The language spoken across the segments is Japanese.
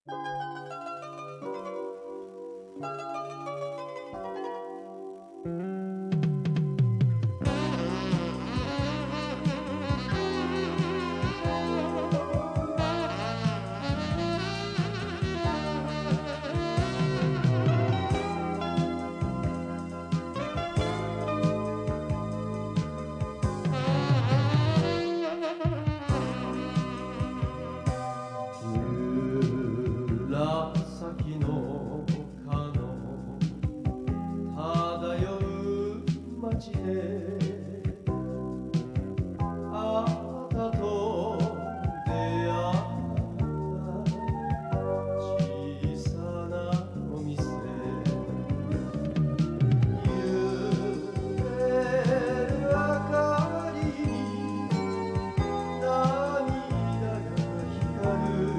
紫の丘の漂う街であなたと出会った小さなお店揺れる明かりに涙が光る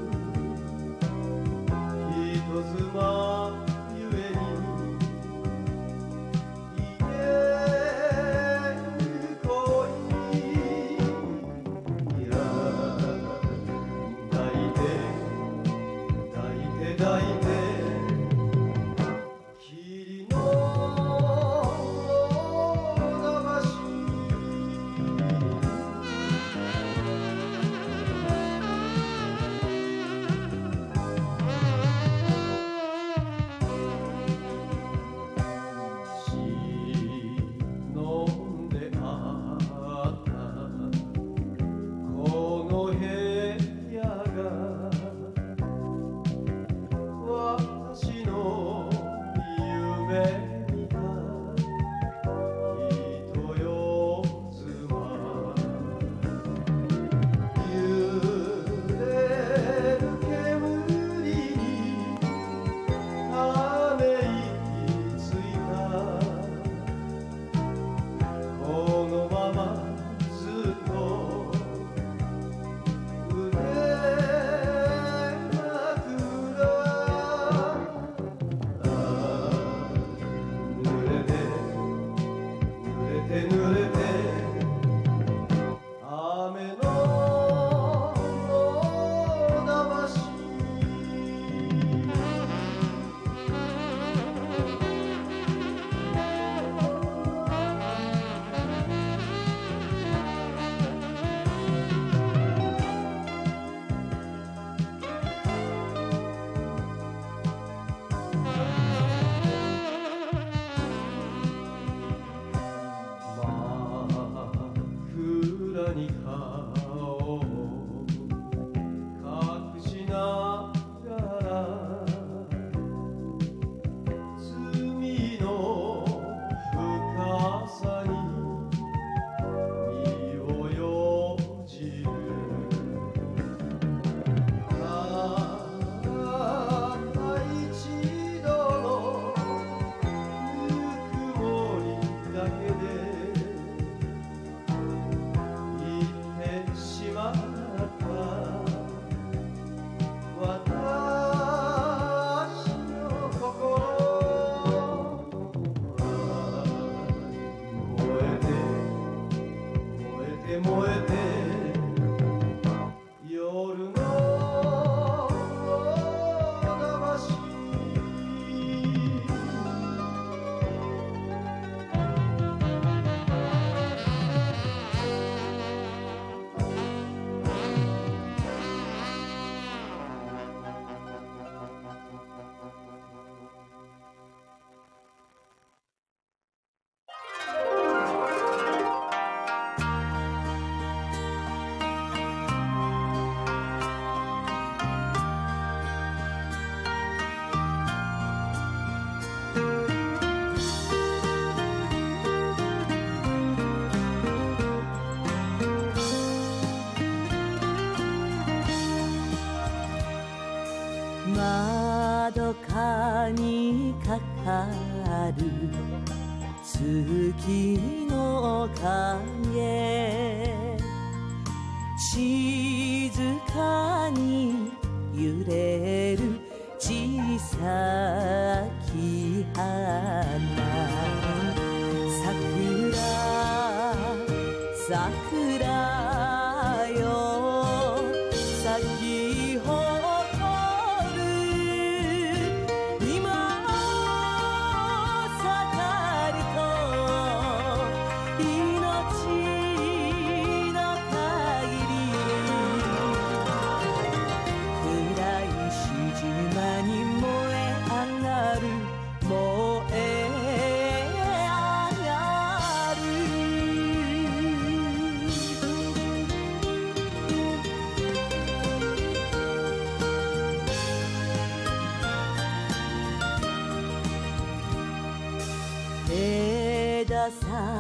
人妻ゆえに言える恋いや抱いて抱いて霧の流し飲んであったこの部屋が私の夢見た人よ妻揺れる煙にため息ついたこのままずっと腕枕濡れて濡れて雨の流し真っ暗に顔を隠しながら罪の深さに身をよじるたった一度のぬくもりだけで言ってしまった私の心燃えて燃えて夜の魂窓かにかかる月の影静かに揺れる小さき花桜よ咲き誇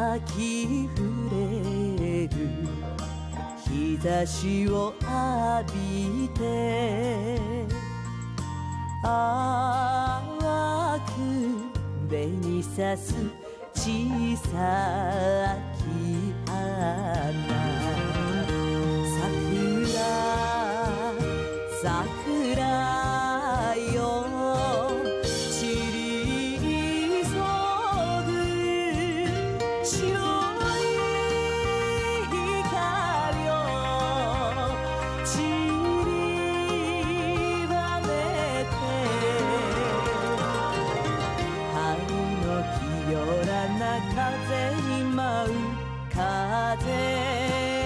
咲き触れる日差しを浴びて淡く紅さす小さき花桜よ散りそぐ白い光を散りばめて春の清らな風に舞う風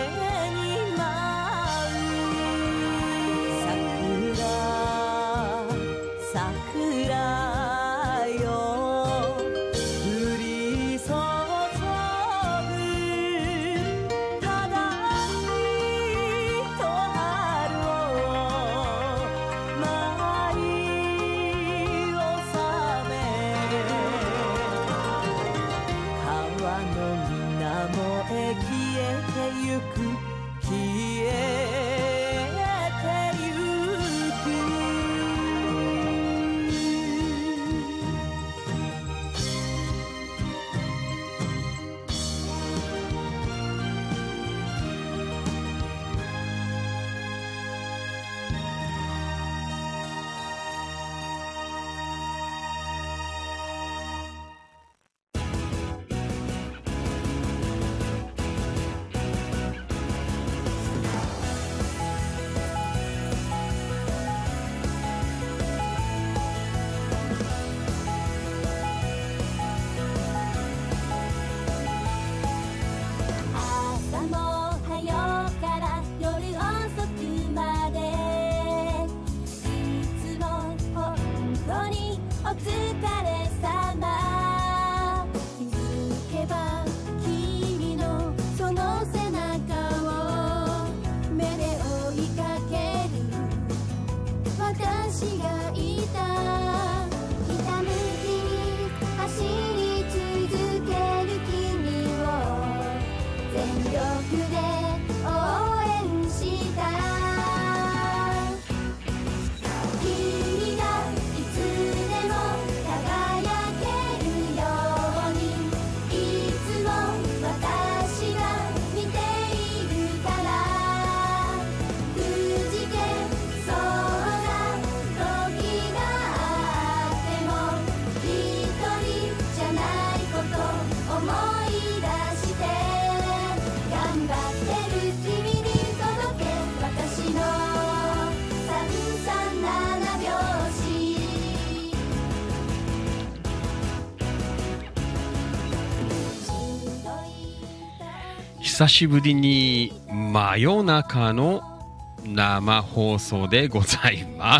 久しぶりに真夜中の生放送でございます。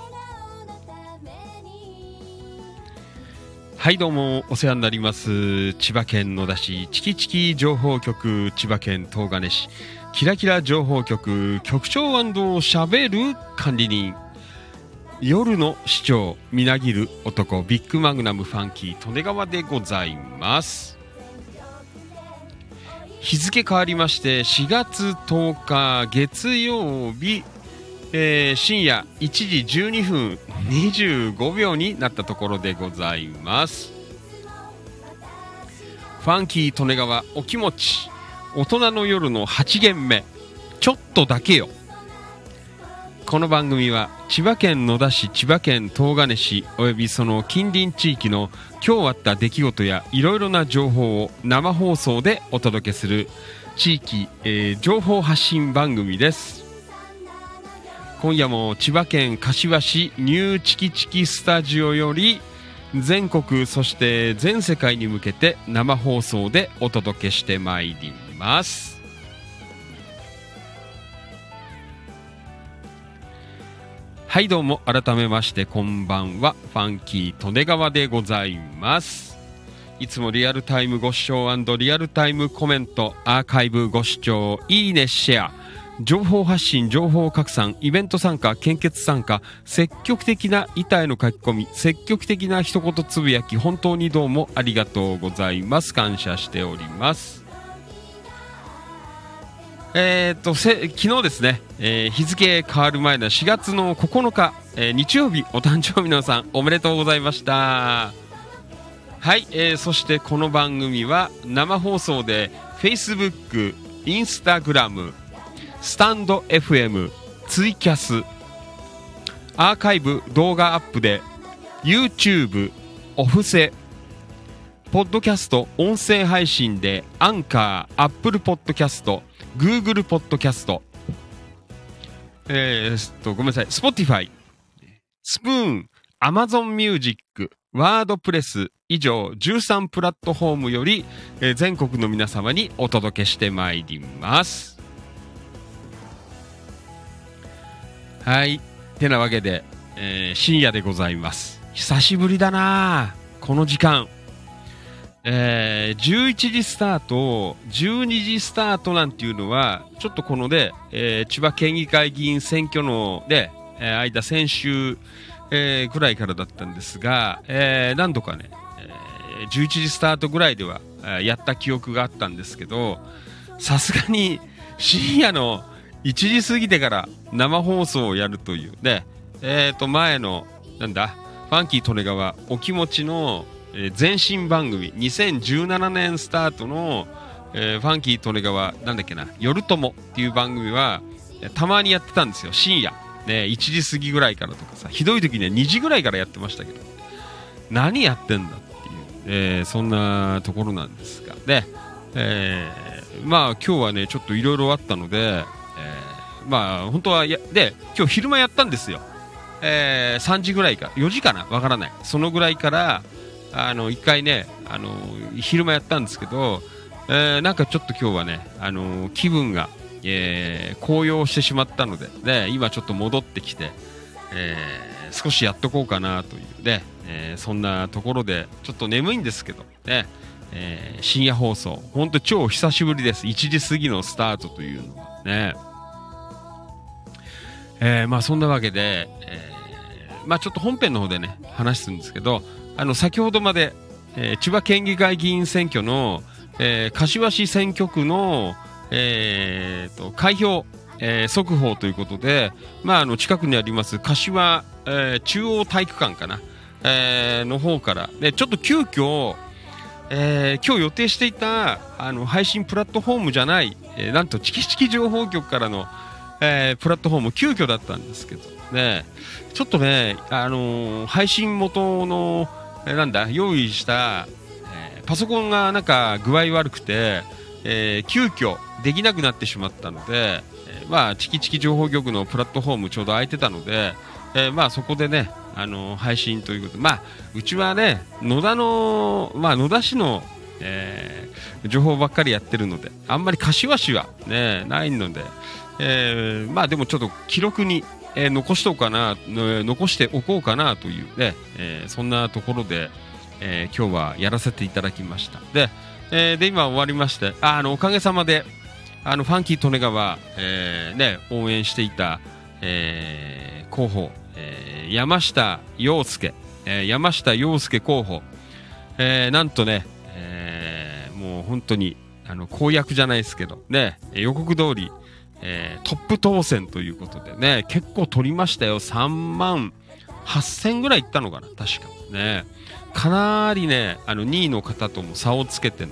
はいどうもお世話になります。千葉県野田市チキチキ情報局千葉県東金市キラキラ情報局局長しゃべる管理人夜の市長みなぎる男ビッグマグナムファンキー利根川でございます。日付変わりまして4月10日月曜日、深夜1時12分25秒になったところでございます。ファンキー利根川お気持ち大人の夜の8限目ちょっとだけよ。この番組は千葉県野田市千葉県東金市およびその近隣地域の今日あった出来事やいろいろな情報を生放送でお届けする地域、情報発信番組です。今夜も千葉県柏市ニューチキチキスタジオより全国そして全世界に向けて生放送でお届けしてまいります。はいどうも改めましてこんばんは。ファンキー利根川でございます。いつもリアルタイムご視聴&リアルタイムコメントアーカイブご視聴いいねシェア情報発信、情報拡散、イベント参加、献血参加、積極的な板への書き込み、積極的な一言つぶやき、本当にどうもありがとうございます。感謝しております。昨日ですね、日付変わる前の4月の9日、日曜日、お誕生日の皆さんおめでとうございました。はい、そしてこの番組は生放送で Facebook、Instagram、スタンド FM、ツイキャス、アーカイブ動画アップで YouTube、オフセ、ポッドキャスト音声配信でアンカー、アップルポッドキャスト、Google ポッドキャスト、ごめんなさい、Spotify、スプーン、Amazon Music、ワードプレス以上13プラットフォームより、全国の皆様にお届けしてまいります。はい、てなわけで、深夜でございます。久しぶりだなこの時間。11時スタート、12時スタートなんていうのはちょっとこので、千葉県議会議員選挙ので、間先週、ぐらいからだったんですが、何度かね、11時スタートぐらいではやった記憶があったんですけど、さすがに深夜の1時過ぎてから生放送をやるというね、前のなんだファンキー利根川お気持ちの前身番組2017年スタートの、ファンキー利根川なんだっけな夜友っていう番組はたまにやってたんですよ。深夜ね、1時過ぎぐらいからとかさ、ひどい時ね2時ぐらいからやってましたけど、何やってんだっていう、そんなところなんですがで、まあ今日はねちょっといろいろあったので、まあ本当はで今日昼間やったんですよ。3時ぐらいか4時かなわからない、そのぐらいから一回ね昼間やったんですけど、なんかちょっと今日はね気分が、高揚してしまったので、ね、今ちょっと戻ってきて、少しやっとこうかなというね、そんなところでちょっと眠いんですけどね、深夜放送本当超久しぶりです。1時過ぎのスタートというのはね、まあそんなわけで、まあちょっと本編の方でね話すんですけど、先ほどまで、千葉県議会議員選挙の、柏市選挙区の、開票、速報ということで、まあ近くにあります柏、中央体育館かな、の方からでちょっと急遽、今日予定していた配信プラットフォームじゃない、なんとチキチキ情報局からのプラットフォーム急遽だったんですけどね、ちょっとね、配信元のなんだ用意した、パソコンがなんか具合悪くて、急遽できなくなってしまったので、まあチキチキ情報局のプラットフォームちょうど空いてたので、まあそこでね配信ということで、まあうちはね野田市の情報ばっかりやってるので、あんまり柏市はねないので、まあでもちょっと記録に、残しておこうかなというね、そんなところで、今日はやらせていただきました。で今終わりまして、おかげさまでファンキー利根川、ね、応援していた、候補、山下洋介候補、なんとね、もう本当に公約じゃないですけどね、予告通り、トップ当選ということでね、結構取りましたよ。3万8000ぐらいいったのかな確かね。かなりね2位の方とも差をつけての、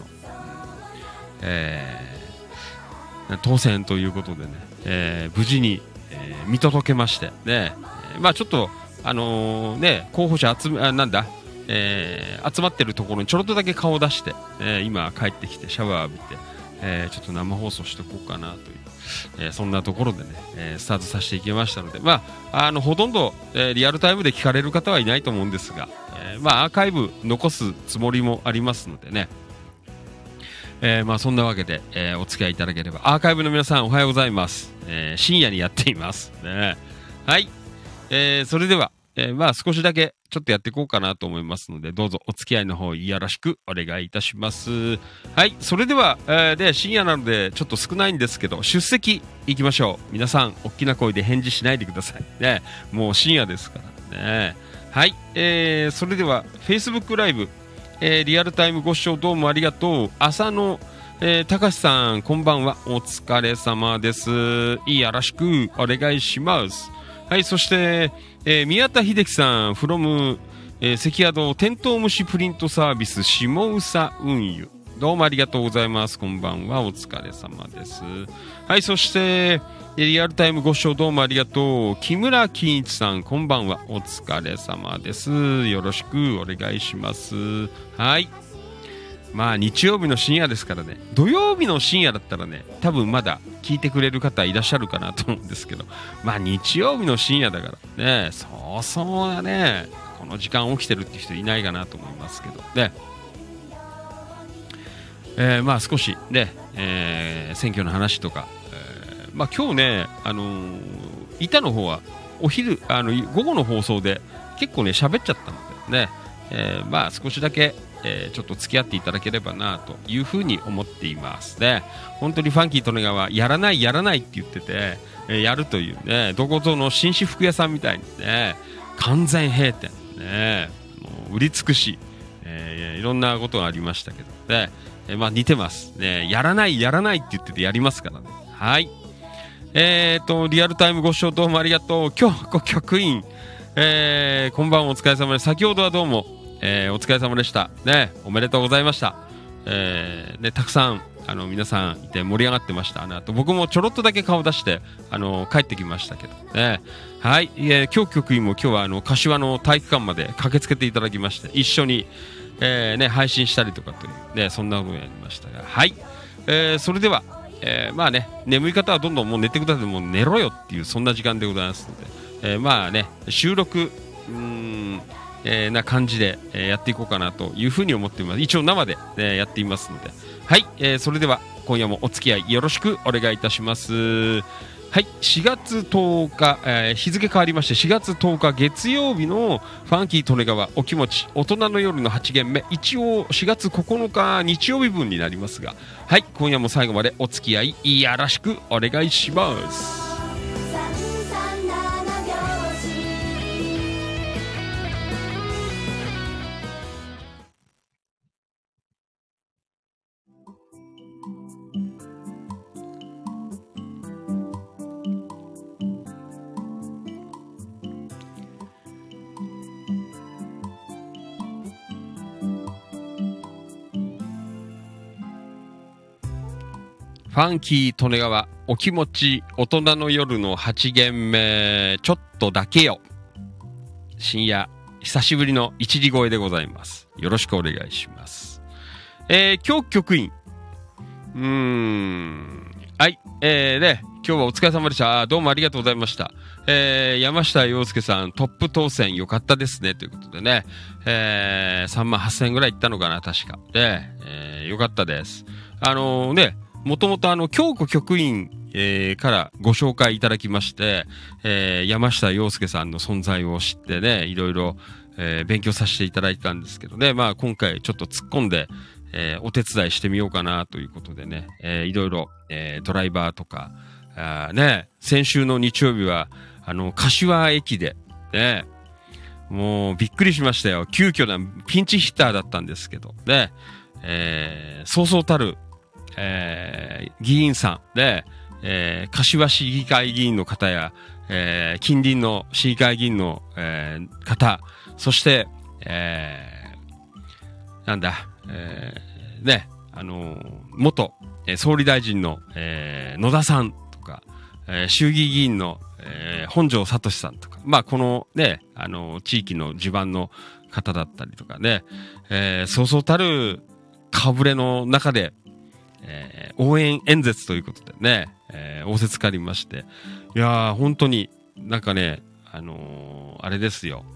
当選ということでね、無事に、見届けましてね、まあちょっとね候補者集まってるところにちょろっとだけ顔を出して、今帰ってきてシャワー浴びて、ちょっと生放送しておこうかなという、そんなところでね、スタートさせていきましたので、まあほとんど、リアルタイムで聞かれる方はいないと思うんですが、まあアーカイブ残すつもりもありますのでね、まあそんなわけで、お付き合いいただければ。アーカイブの皆さんおはようございます。深夜にやっています、ね、はい、それでは、まあ少しだけちょっとやっていこうかなと思いますので、どうぞお付き合いの方よろしくお願いいたします。はい、それでは、で深夜なのでちょっと少ないんですけど、出席いきましょう。皆さん大きな声で返事しないでくださいね。もう深夜ですからね。はい、それでは Facebook ライブ、リアルタイムご視聴どうもありがとう。朝のたかしさんこんばんは、お疲れ様です。よろしくお願いします。はい、そして、宮田秀樹さん from、関宿テントウムシプリントサービス下宇佐運輸、どうもありがとうございます。こんばんは、お疲れ様です。はい、そしてリアルタイムご視聴どうもありがとう。木村金一さんこんばんは、お疲れ様です。よろしくお願いします。はい、まあ日曜日の深夜ですからね。土曜日の深夜だったらね、多分まだ聞いてくれる方いらっしゃるかなと思うんですけど、まあ日曜日の深夜だからね、そうそうだね、この時間起きてるって人いないかなと思いますけどね。まあ少しね、選挙の話とか、まあ今日ね、板の方はお昼午後の放送で結構ね喋っちゃったのでね、まあ少しだけちょっと付き合っていただければなというふうに思っていますね。本当にファンキー利根川やらないって言ってて、やるというね、どこぞの紳士服屋さんみたいにね、完全閉店ね、もう売り尽くし、いろんなことがありましたけどね、まあ似てますね。やらないって言っててやりますからね。はい、リアルタイムご視聴どうもありがとう。今日局員、こんばんは、お疲れ様です。先ほどはどうもお疲れ様でしたね。おめでとうございました。ね、たくさん皆さんいて盛り上がってましたね。あと僕もちょろっとだけ顔出して帰ってきましたけどね。はい、今日局員も今日は柏の体育館まで駆けつけていただきまして、一緒に、ね、配信したりとかというね、そんなことをやりましたが、はい、それでは、まあね、眠い方はどんどんもう寝てください。もう寝ろよっていうそんな時間でございますので、まあね、収録な感じで、やっていこうかなというふうに思っています。一応生で、やっていますので、はい、それでは今夜もお付き合いよろしくお願いいたします。はい、4月10日、日付変わりまして4月10日月曜日のファンキー利根川お気持ち大人の夜の8限目、一応4月9日日曜日分になりますが、はい、今夜も最後までお付き合いよろしくお願いします。ファンキー利根川お気持ち大人の夜の8限目、ちょっとだけよ。深夜久しぶりの一時声でございます。よろしくお願いします。今日局員はい、ね、今日はお疲れ様でした。どうもありがとうございました。山下洋介さんトップ当選よかったですねということでね、3万8000円ぐらいいったのかな確かで、よかったです。ね、もともと京子局員、からご紹介いただきまして、山下洋介さんの存在を知ってね、いろいろ、勉強させていただいたんですけどね、まあ今回ちょっと突っ込んで、お手伝いしてみようかなということでね、いろいろ、ドライバーとかね、先週の日曜日は柏駅でね、もうびっくりしましたよ。急遽なピンチヒッターだったんですけどね、そうそうたる議員さんで、柏市議会議員の方や、近隣の市議会議員の、方、そして、なんだ、ね、元、総理大臣の、野田さんとか、衆議院議員の、本庄聡さんとか、まあこのね、地域の地盤の方だったりとかね、そうそうたる顔ぶれの中で、応援演説ということでね、仰せつかりまして、いやー本当になんかね、あれですよ、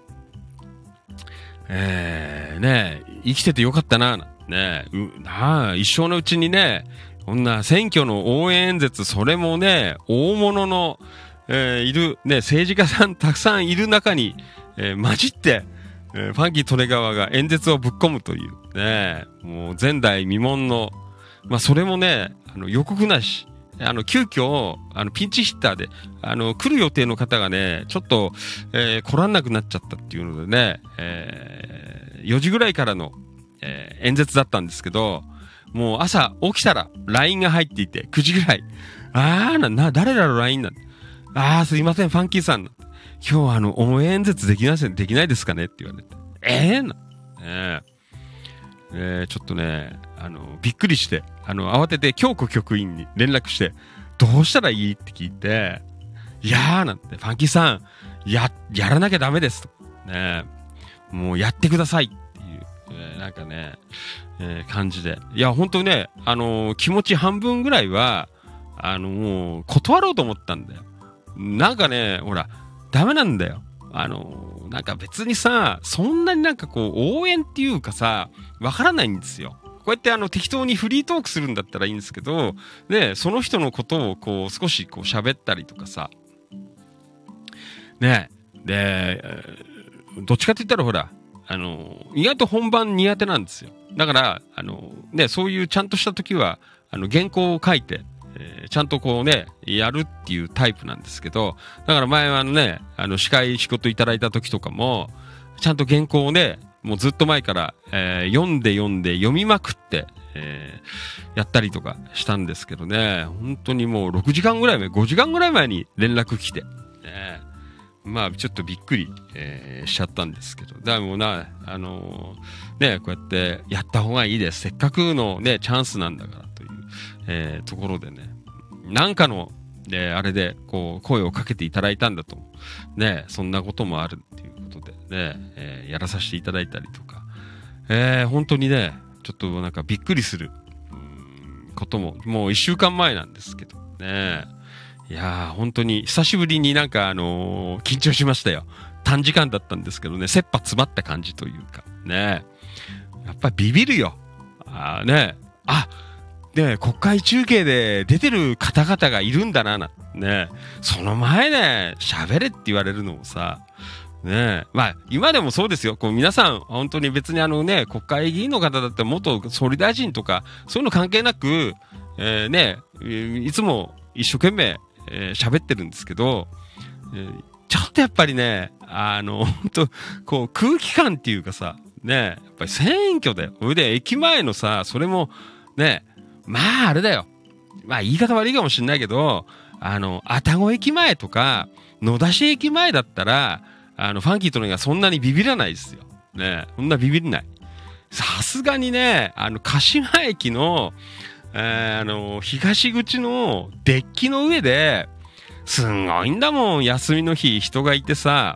ね、生きててよかったな、ね、一生のうちにね、こんな選挙の応援演説、それもね、大物の、 いる、ね、政治家さんたくさんいる中に、混じって、ファンキー利根川が演説をぶっ込むという、ね、もう前代未聞の、まあ、それもね、予告なし、急遽、ピンチヒッターで、来る予定の方がね、ちょっと、来らんなくなっちゃったっていうのでね、4時ぐらいからの、演説だったんですけど、もう朝起きたら LINE が入っていて、9時ぐらい。誰らの LINE なんだ。すいません、ファンキーさん。今日応援演説できないですかねって言われて。ちょっとね、びっくりして、慌てて京子局員に連絡して、どうしたらいいって聞いて、なんて、ファンキーさん、やらなきゃダメですと。ね、もうやってくださいっていう、なんかね、感じで。いや、本当にね、気持ち半分ぐらいは、もう、断ろうと思ったんだよ。なんかね、ほら、ダメなんだよ。なんか別にさ、そんなになんかこう、応援っていうかさ、わからないんですよ。こうやって適当にフリートークするんだったらいいんですけど、ね、その人のことをこう、少しこう喋ったりとかさ、ね、で、どっちかって言ったらほら、意外と本番苦手なんですよ。だから、ね、そういうちゃんとした時は、原稿を書いて、ちゃんとこうね、やるっていうタイプなんですけど、だから前はね、司会仕事いただいた時とかも、ちゃんと原稿をね、もうずっと前から、読んで読みまくって、やったりとかしたんですけどね、本当にもう5時間ぐらい前に連絡来て、まあちょっとびっくり、しちゃったんですけど、だからもうね、こうやってやった方がいいです。せっかくのね、チャンスなんだからという、ところでね、なんかの、あれでこう声をかけていただいたんだと、ね、そんなこともあるっていうことでね、やらさせていただいたりとか、本当にね、ちょっとなんかびっくりすることも、もう1週間前なんですけどね。いやー、本当に久しぶりになんか緊張しましたよ。短時間だったんですけどね、切羽詰まった感じというか、ね。やっぱりビビるよ。ね、国会中継で出てる方々がいるんだな、ね。その前ね、喋れって言われるのもさ、ね、まあ、今でもそうですよ。こう皆さん、本当に別にね、国会議員の方だって元総理大臣とか、そういうの関係なく、ね、いつも一生懸命、喋ってるんですけど、ちょっとやっぱりね、本当こう空気感っていうかさ、ね、やっぱり選挙だよ。それで駅前のさ、それも、ね、まああれだよ。まあ言い方悪いかもしれないけど、愛宕駅前とか、野田市駅前だったら、ファンキーとのがそんなにビビらないですよ。ね、そんなビビんない。さすがにね、鹿島駅の、東口のデッキの上で、すんごいんだもん、休みの日、人がいてさ。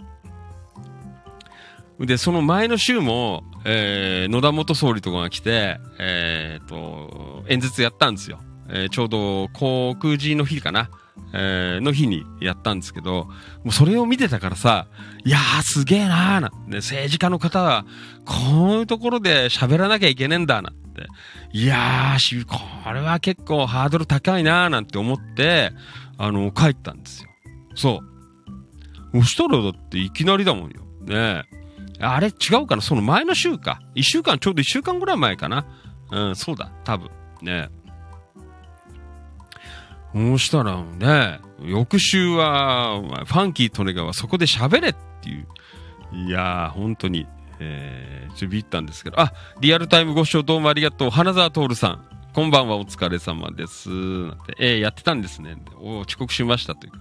で、その前の週も、野田元総理とかが来て、演説やったんですよ。ちょうど、航空時の日かな。の日にやったんですけど、もうそれを見てたからさ、いやーすげえなーな、ね、政治家の方は、こういうところで喋らなきゃいけねえんだなって。いやー、これは結構ハードル高いなーなんて思って、帰ったんですよ。そう。そしたらだっていきなりだもんよ。ねえ。あれ違うかな、その前の週か。ちょうど1週間ぐらい前かな。うん、そうだ、多分。ねえ。そうしたらね、翌週は、ファンキー・トネガはそこで喋れっていう。いやー、本当に、ちょびったんですけど。リアルタイムご視聴どうもありがとう。花沢徹さん。こんばんは、お疲れ様です。なんて、やってたんですね。遅刻しましたということ。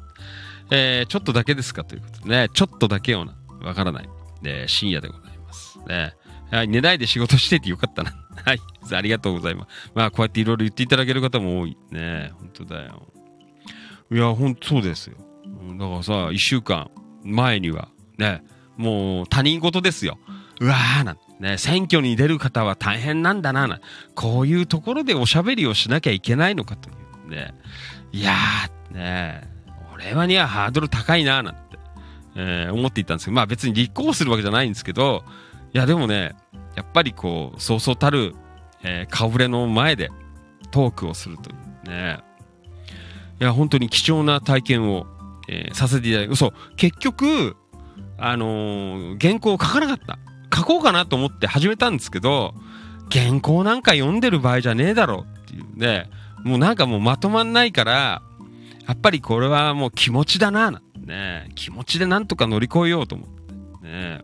ちょっとだけですかということでね。ちょっとだけよな。わからない。深夜でございます。ね。はい、寝ないで仕事しててよかったな。はい。ありがとうございます。まあ、こうやっていろいろ言っていただける方も多い。ね。本当だよ。いや、本当そうですよ。だからさ、1週間前には、ね、もう他人事ですよ。うわーなんてね、選挙に出る方は大変なんだな、こういうところでおしゃべりをしなきゃいけないのかというね。いやー、ね、俺はにはハードル高いな、なんて、思っていたんですけど、まあ別に立候補するわけじゃないんですけど、いやでもね、やっぱりこう、そうそうたる、顔ぶれの前でトークをするというね。いや、本当に貴重な体験を、 させていただいて、そう、結局、原稿を書かなかった。書こうかなと思って始めたんですけど、原稿なんか読んでる場合じゃねえだろっていうね、もうなんかもうまとまんないから、やっぱりこれはもう気持ちだな、ね、気持ちでなんとか乗り越えようと思ってね。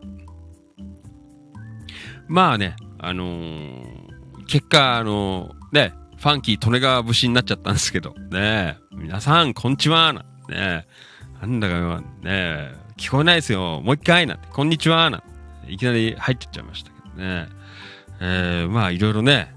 まあね、結果ね、ファンキー利根川節になっちゃったんですけどね、皆さんこんにちはなんてね、なんだかね、聞こえないですよ、もう一回なんて、こんにちはなんていきなり入ってっちゃいましたけどね。まあいろいろね、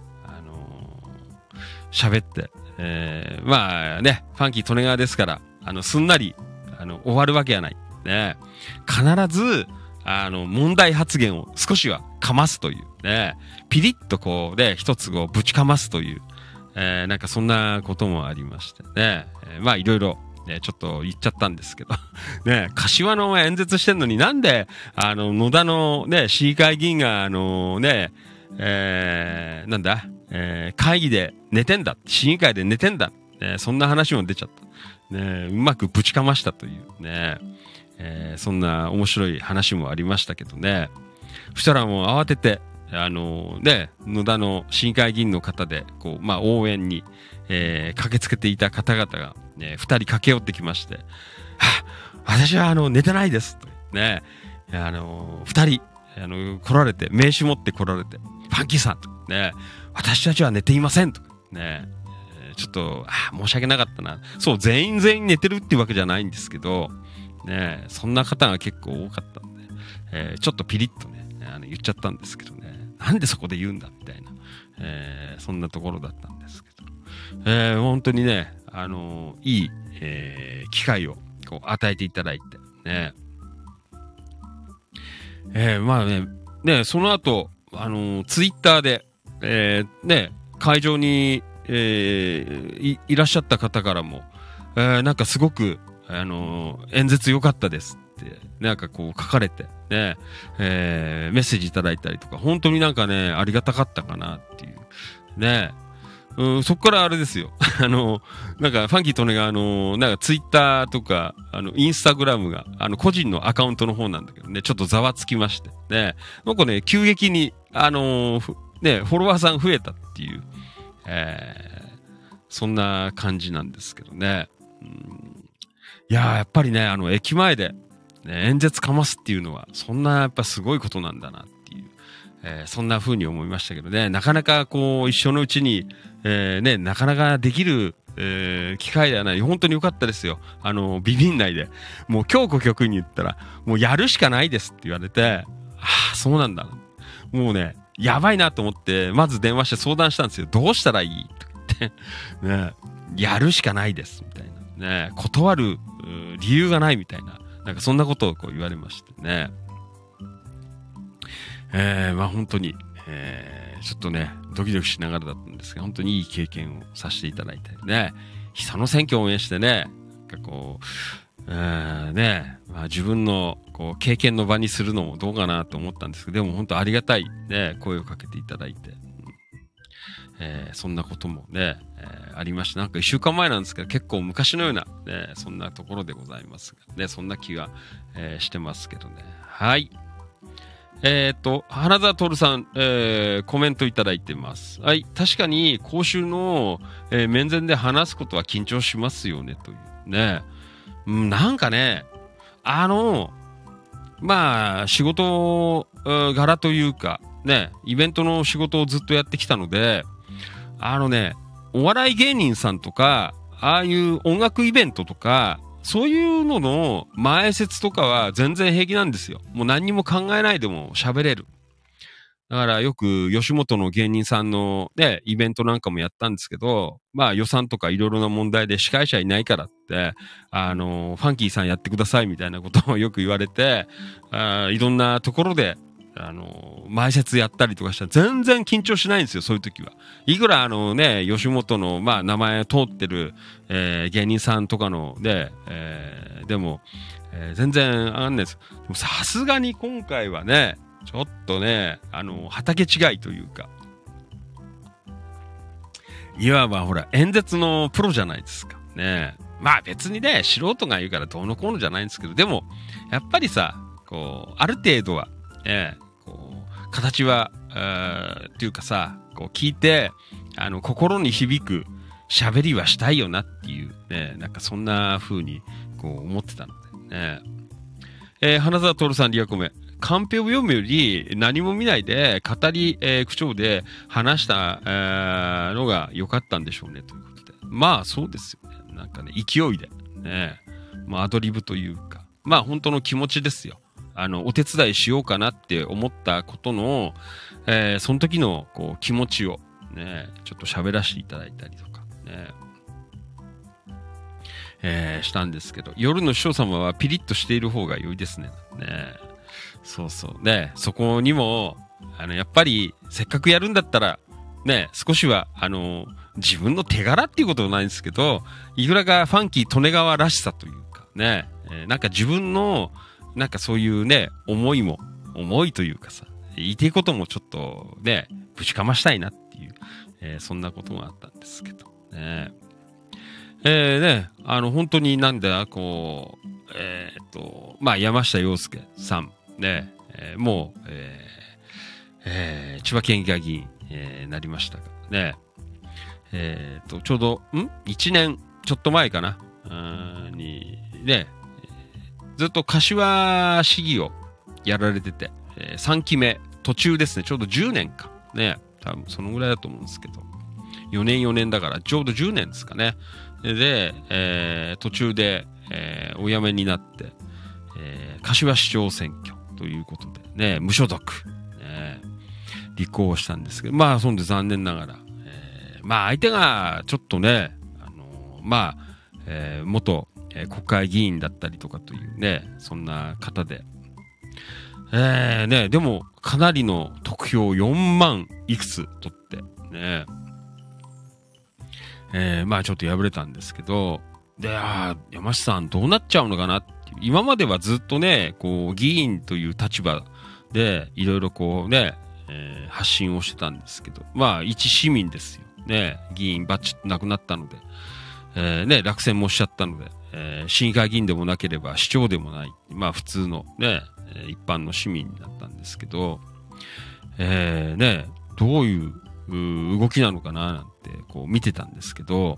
喋って、まあね、ファンキー利根川ですから、すんなり、終わるわけはない。ね。必ず、問題発言を少しはかますという、ね。ピリッとこう、ね、一つこう、ぶちかますという、なんかそんなこともありましてね。まあいろいろ、ね、ちょっと言っちゃったんですけど。ね、柏の演説してんのになんで、野田のね、市議会議員が、ね、なんだ、会議で寝てんだ。市議会で寝てんだ。そんな話も出ちゃった。ね、うまくぶちかましたというね、そんな面白い話もありましたけどね。そしたらもう慌てて、ね、野田の市議会議員の方で、こう、まあ、応援に、駆けつけていた方々が、ね、二人駆け寄ってきまして、私は寝てないです。とね、二人、来られて、名刺持って来られて、ファンキーさんとね、私たちは寝ていませんとね、ちょっと、申し訳なかったな。そう、全員寝てるっていうわけじゃないんですけど、ね、そんな方が結構多かったんで、ちょっとピリッとね、言っちゃったんですけどね、なんでそこで言うんだみたいな、そんなところだったんですけど、本当にね、いい、機会をこう与えていただいて、ね、まあね、その後、ツイッターで、ね、会場に、いらっしゃった方からも、なんかすごく、演説良かったですって、なんかこう書かれて、ね、メッセージいただいたりとか、本当になんかね、ありがたかったかなっていう。ね。そこからあれですよ。なんか、ファンキー利根がなんかツイッターとか、インスタグラムが、個人のアカウントの方なんだけどね、ちょっとざわつきまして。ね。なんかね、急激に、ね、フォロワーさん増えたっていう、そんな感じなんですけどね。いやー、やっぱりね、駅前で、ね、演説かますっていうのは、そんなやっぱすごいことなんだなっていう、そんな風に思いましたけどね、なかなかこう、一緒のうちに、ね、なかなかできる、機会ではない。本当に良かったですよ。ビビんないで。もう京子局に言ったら、もうやるしかないですって言われて、そうなんだ。もうね、やばいなと思って、まず電話して相談したんですよ。どうしたらいいと言って、ね、やるしかないです、みたいな。ね、断る理由がないみたいな。なんかそんなことをこう言われましてね。まあ本当に、ちょっとね、ドキドキしながらだったんですが、本当にいい経験をさせていただいてね、人の選挙を応援してね、なんかこう、ね、まあ自分のこう経験の場にするのもどうかなと思ったんですけど、でも本当ありがたいね、声をかけていただいて、そんなこともね、ありました。なんか一週間前なんですけど、結構昔のような、ね、そんなところでございますが、ね、そんな気が、してますけどね。はい。花澤徹さん、コメントいただいてます。はい。確かに、公衆の、面前で話すことは緊張しますよね、というね。なんかね、まあ、仕事柄というか、ね、イベントの仕事をずっとやってきたので、お笑い芸人さんとか、ああいう音楽イベントとか、そういうのの前説とかは全然平気なんですよ。もう何にも考えないでも喋れる。だからよく吉本の芸人さんのね、イベントなんかもやったんですけど、まあ予算とかいろいろな問題で司会者いないからって、ファンキーさんやってくださいみたいなことをよく言われて、いろんなところで、前説やったりとかしたら全然緊張しないんですよ、そういう時は。いくらね、吉本の、まあ名前通ってる、芸人さんとかので、でも、全然上がんないです。でもさすがに今回はね、ちょっとね、畑違いというか、いわばほら、演説のプロじゃないですか。 ね。まあ別にね、素人が言うからどうのこうのじゃないんですけど、でも、やっぱりさ、こう、ある程度は、こう、形は、っていうかさ、こう聞いて、心に響く喋りはしたいよなっていう、ね、なんかそんな風に、こう思ってたので、ね。花沢徹さんリアコメ。カンペを読むより何も見ないで語り、口調で話した、のが良かったんでしょうねということで。まあそうですよね。なんかね、勢いで。ね。まあアドリブというか。まあ本当の気持ちですよ。お手伝いしようかなって思ったことの、その時のこう気持ちをね、ちょっと喋らせていただいたりとか。ね。したんですけど、夜の師匠様はピリッとしている方が良いですね。ね。そうそう。で、そこにも、やっぱり、せっかくやるんだったら、ね、少しは、自分の手柄っていうことはないんですけど、いくらかファンキー利根川らしさというか、ね、なんか自分の、なんかそういうね、思いというかさ、言いたいこともちょっと、ね、ぶちかましたいなっていう、そんなことがあったんですけど、ね。ね、本当になんだ、こう、まあ、山下洋介さん、ね、もう、千葉県議会議員、なりましたが、ね、ちょうど、1年ちょっと前かな、に、ね、ずっと柏市議をやられてて、3期目、途中ですね、ちょうど10年か、ね、多分そのぐらいだと思うんですけど、4年だから、ちょうど10年ですかね。で、途中で、お辞めになって、柏市長選挙ということでね、無所属、立候補したんですけど、まあ、そんで残念ながら、まあ、相手がちょっとね、まあ、元、国会議員だったりとかというね、そんな方で、ね、でも、かなりの得票4万いくつ取って、ね、まあちょっと敗れたんですけど、で、山下さんどうなっちゃうのかなっていう。今まではずっとね、こう、議員という立場で、いろいろこうね、発信をしてたんですけど、まあ一市民ですよ。ね、議員バッチなくなったので、ね、落選もしちゃったので、市議会議員でもなければ市長でもない。まあ普通のね、一般の市民になったんですけど、ね、どういう動きなのかななんてこう見てたんですけど、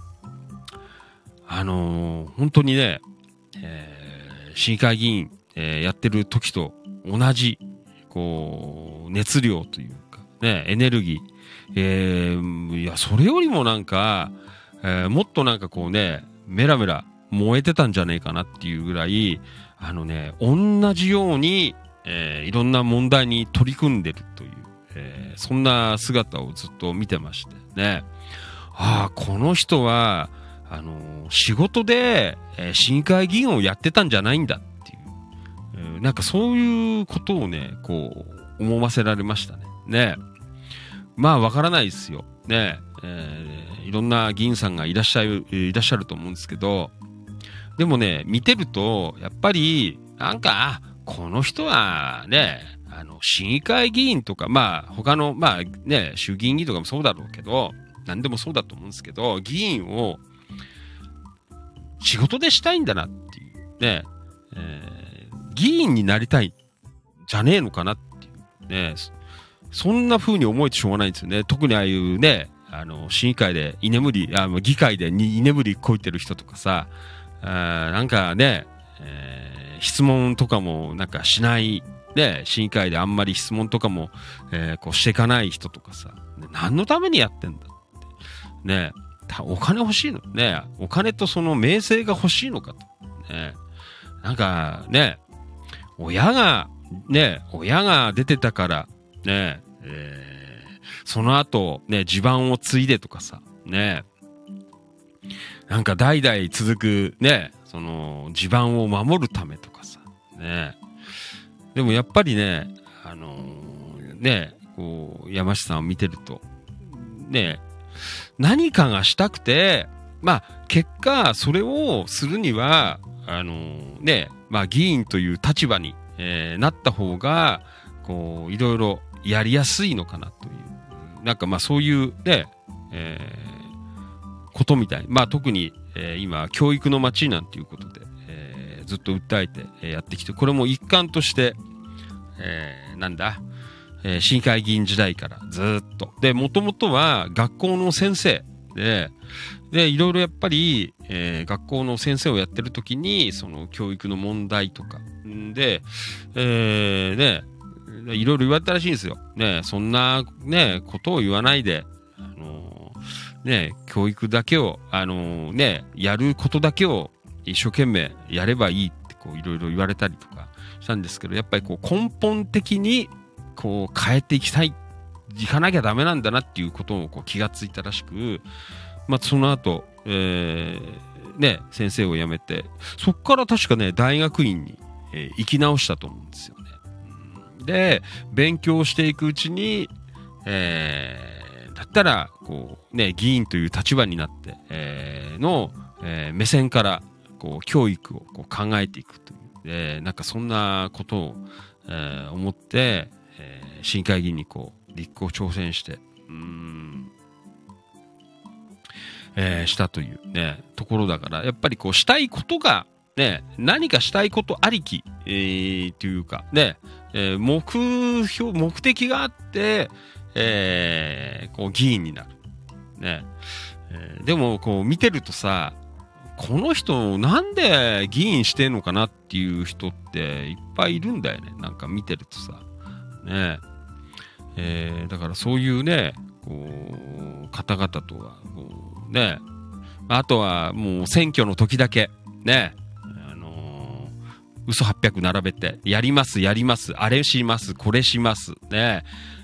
本当にね、市議会議員、やってる時と同じこう熱量というかね、エネルギー、いやそれよりもなんか、もっとなんかこうねメラメラ燃えてたんじゃねえかなっていうぐらい同じように、いろんな問題に取り組んでるという、そんな姿をずっと見てましてね。この人は、仕事で、市議会議員をやってたんじゃないんだっていう、なんかそういうことをね、こう、思わせられましたね。ね。まあ、わからないですよ。ね。いろんな議員さんがいらっしゃると思うんですけど、でもね、見てると、やっぱり、なんか、この人はね、市議会議員とか、まあ、他の、まあね、衆議院議員とかもそうだろうけど、何でもそうだと思うんですけど、議員を仕事でしたいんだなっていう、ね、議員になりたいじゃねえのかなっていう、ね、そんな風に思えてしょうがないんですよね。特にああいうね、市議会で議会で居眠りこいてる人とかさ、なんかね、質問とかもなんかしない、ね、市議会であんまり質問とかも、こうしていかない人とかさ、何のためにやってんだって。ね、お金欲しいのね、お金とその名声が欲しいのかと。ね、なんかね、親が出てたから、ね、その後、ね、地盤を継いでとかさ、ね、なんか代々続くね、その地盤を守るためとかさ、ね。でもやっぱりね、ね、こう、山下さんを見てると、ね、何かがしたくて、まあ、結果、それをするには、ね、まあ、議員という立場に、なった方が、こう、いろいろやりやすいのかなという、なんかまあ、そういうね、 ことみたい。まあ特に、今、教育の街なんていうことで、ずっと訴えて、やってきて、これも一環として、市議会議員時代からずっと。で、もともとは学校の先生で、いろいろやっぱり、学校の先生をやってるときに、その教育の問題とか、で、いろいろ言われたらしいんですよ。ね、そんな、ね、ことを言わないで、教育だけを、やることだけを一生懸命やればいいって、こう、いろいろ言われたりとかしたんですけど、やっぱりこう、根本的に、こう、変えていかなきゃダメなんだなっていうことをこう気がついたらしく、まあ、その後、先生を辞めて、そっから確かね、大学院に、行き直したと思うんですよね。で、勉強していくうちに、だったら、こう、ね、議員という立場になって、目線から、こう、教育をこう考えていくという、なんかそんなことを、思って、市議会議員にこう、立候補挑戦して、したというね、ところだから、やっぱりこう、したいことが、ね、何かしたいことありき、というか、ね、目的があって、こう、議員になる。ね。でも、こう、見てるとさ、この人、なんで議員してんのかなっていう人っていっぱいいるんだよね。なんか見てるとさ。ね。だからそういうね、こう、方々とは、こうね、あとはもう選挙の時だけ、ね、嘘800並べて、やります、あれします、これします、ね、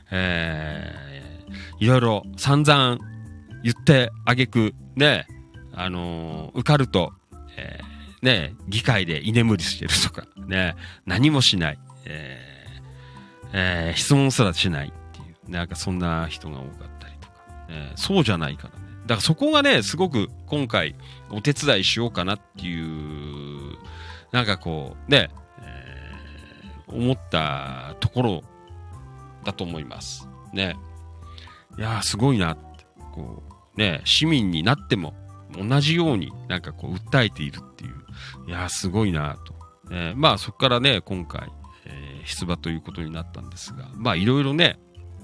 いろいろ散々言ってあげく、ね、受かると、ね、議会で居眠りしてるとか、ね、何もしない、質問すらしないっていう、なんかそんな人が多かったりとか、そうじゃないからね。だからそこがね、すごく今回お手伝いしようかなっていう、なんかこう、ね、思ったところだと思います。ね。いやー、すごいなって。こう、ね、市民になっても同じようになんかこう訴えているっていう。いやー、すごいなと。まあそこからね、今回、出馬ということになったんですが、まあいろいろね、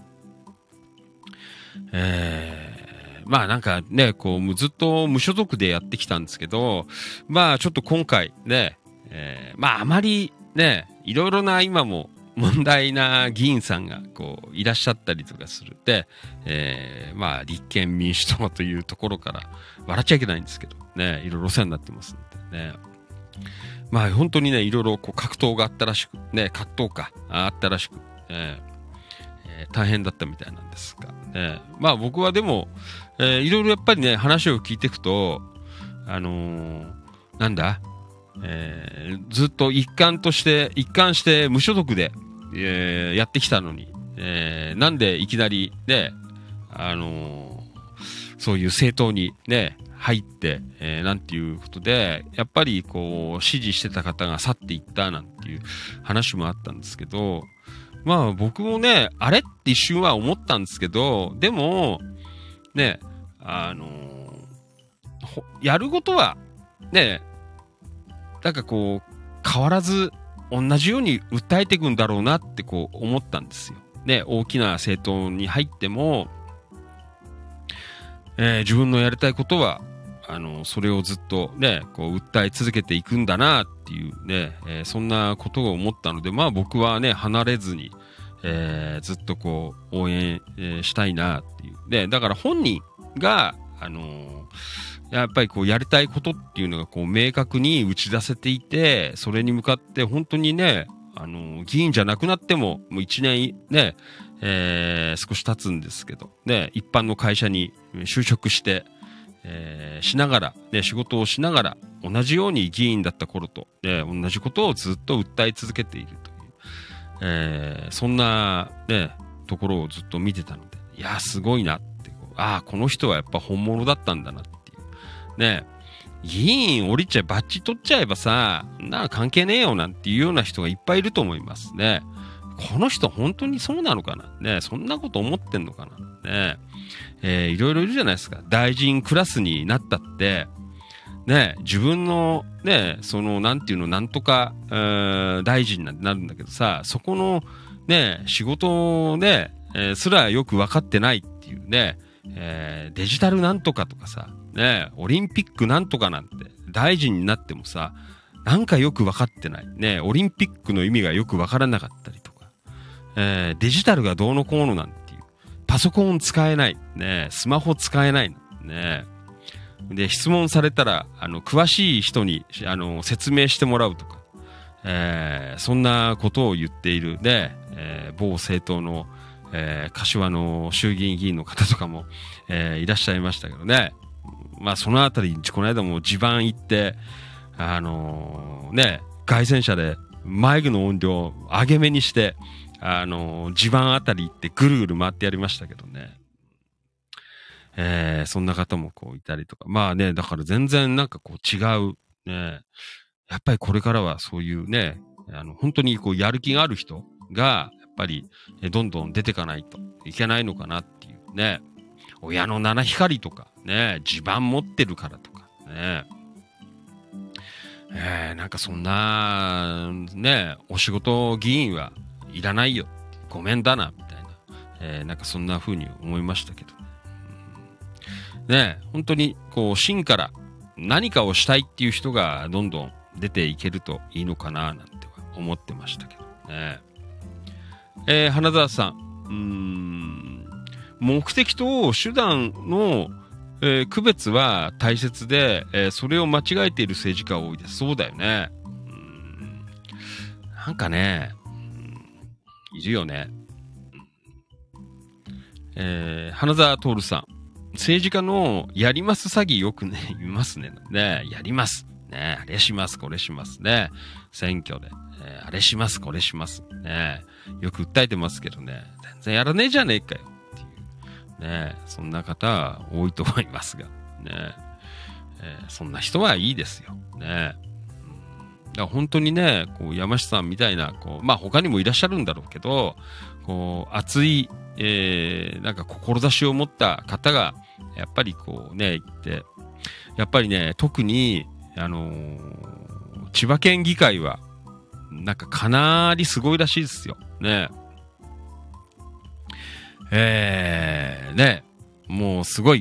まあなんかね、こうずっと無所属でやってきたんですけど、まあちょっと今回ね、まああまりね、いろいろな今も問題な議員さんがこういらっしゃったりとかするで、まあ立憲民主党というところから笑っちゃいけないんですけどね、いろいろお世話になってますんでね。まあ本当にね、いろいろこう格闘があったらしく、ね、あったらしく、大変だったみたいなんですが、まあ僕はでも、いろいろやっぱりね、話を聞いていくと、ずっと一貫して無所属で、やってきたのに、なんでいきなりね、そういう政党にね、入って、なんていうことで、やっぱりこう、支持してた方が去っていったなんていう話もあったんですけど、まあ僕もね、あれって一瞬は思ったんですけど、でも、ね、やることは、ね、なんかこう、変わらず同じように訴えていくんだろうなってこう思ったんですよ。ね、大きな政党に入っても、自分のやりたいことは、それをずっとね、こう訴え続けていくんだなっていうね、そんなことを思ったので、まあ僕はね、離れずに、ずっとこう応援、したいなっていう。で、だから本人が、やっぱりこうやりたいことっていうのがこう明確に打ち出せていて、それに向かって本当にね、議員じゃなくなっても、もう1年ね、少し経つんですけど、ね、一般の会社に就職して、しながら、ね、仕事をしながら、同じように議員だった頃と、ね、同じことをずっと訴え続けているという、そんな、ね、ところをずっと見てたので、いや、すごいなってこの人はやっぱ本物だったんだなっていう。ね、議員降りちゃバッジ取っちゃえばさ、関係ねえよなんていうような人がいっぱいいると思いますね。 この人本当にそうなのかなね、そんなこと思ってんのかなね、いろいろいるじゃないですか。大臣クラスになったって、ね、自分のね、そのなんていうの、なんとか、大臣になるんだけどさ、そこのね、仕事をね、すらよく分かってないっていうね、デジタルなんとかとかさ、ね、オリンピックなんとかなんて、大臣になってもさ、なんかよく分かってない。ね、オリンピックの意味がよく分からなかったりとか、デジタルがどうのこうのなんていう、パソコン使えない。ね、スマホ使えない。ね、で、質問されたら、詳しい人に、説明してもらうとか、そんなことを言っているね、某政党の、柏の衆議院議員の方とかも、いらっしゃいましたけどね。まあ、そのあたり、この間も地盤行って、ね、外線車でマイクの音量を上げ目にして、地盤あたり行ってぐるぐる回ってやりましたけどね。そんな方もこういたりとか。まあね、だから全然なんかこう違う。ね。やっぱりこれからはそういうね、本当にこうやる気がある人が、やっぱりどんどん出てかないといけないのかなっていうね。親の七光とか、ね、地盤持ってるからとか、ね。なんかそんな、ね、お仕事議員はいらないよ。ごめんだな、みたいな。なんかそんな風に思いましたけど。ね、本当にこう芯から何かをしたいっていう人がどんどん出ていけるといいのかななんては思ってましたけどね。花澤さん、目的と手段の、区別は大切で、それを間違えている政治家が多いです。そうだよね。なんかね、いるよね。花澤徹さん。政治家のやります詐欺よくね、言いますね。ね、やります。ね、あれします、これしますね。選挙で、あれします、これします。ね、よく訴えてますけどね、全然やらねえじゃねえかよ。っていう。ね、そんな方多いと思いますが。ね、そんな人はいいですよ。ね。だから本当にね、こう山下さんみたいな、こう、まあ他にもいらっしゃるんだろうけど、こう、熱い、なんか志を持った方が、やっぱりこうね、言って、やっぱりね、特に、千葉県議会は、なんかかなりすごいらしいですよ。ね。ね、もうすごい、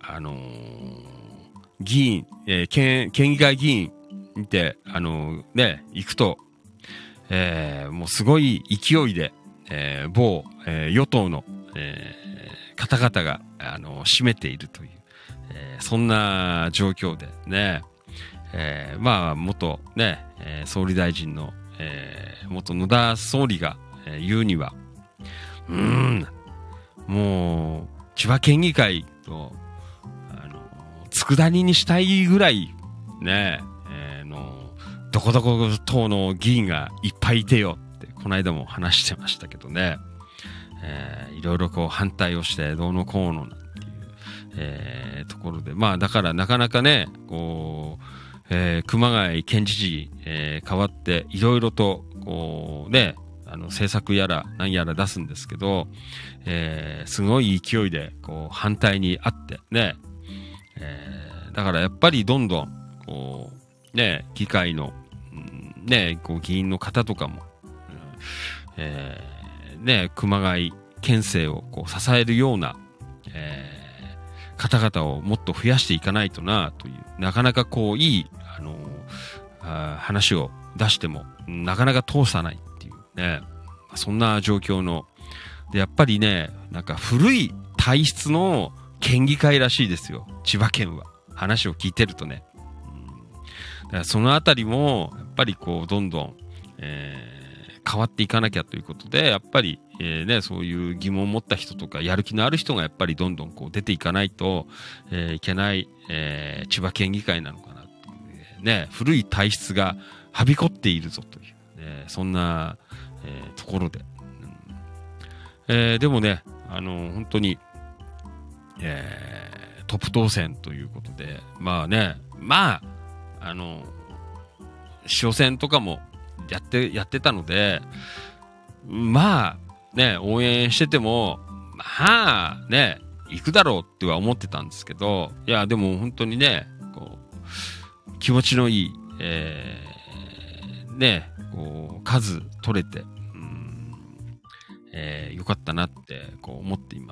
議員、県議会議員見て、ね、行くと、もうすごい勢いで、某、与党の、方々が、占めているという、そんな状況でね、まあ、元ね、総理大臣の、元野田総理が、言うには、もう、千葉県議会を、佃煮にしたいぐらい、ね、どこどこ党の議員がいっぱいいてよって、この間も話してましたけどね、いろいろこう反対をしてどうのこうのなんていう、ところで、まあだからなかなかね、こう、熊谷県知事、変わっていろいろとこうね、政策やら何やら出すんですけど、すごい勢いでこう反対にあってね、だからやっぱりどんどんこうね、議会の、ね、こう議員の方とかも、ね、熊谷県政をこう支えるような、方々をもっと増やしていかないとなという、なかなかこういい、話を出してもなかなか通さないっていうね、そんな状況ので、やっぱりね、なんか古い体質の県議会らしいですよ、千葉県は。話を聞いてるとね、だからそのあたりもやっぱりこうどんどん、変わっていかなきゃということで、やっぱり、ね、そういう疑問を持った人とかやる気のある人がやっぱりどんどんこう出ていかないと、いけない、千葉県議会なのかなっていう、ね、古い体質がはびこっているぞという、そんな、ところで、でもね、本当に、トップ当選ということで、まあね、まあ市長選とかもやってたので、 まあね、応援しててもまあね行くだろうっては思ってたんですけど、いやでも本当にねこう気持ちのいい、ねこう数取れて、よかったなってこう思っています、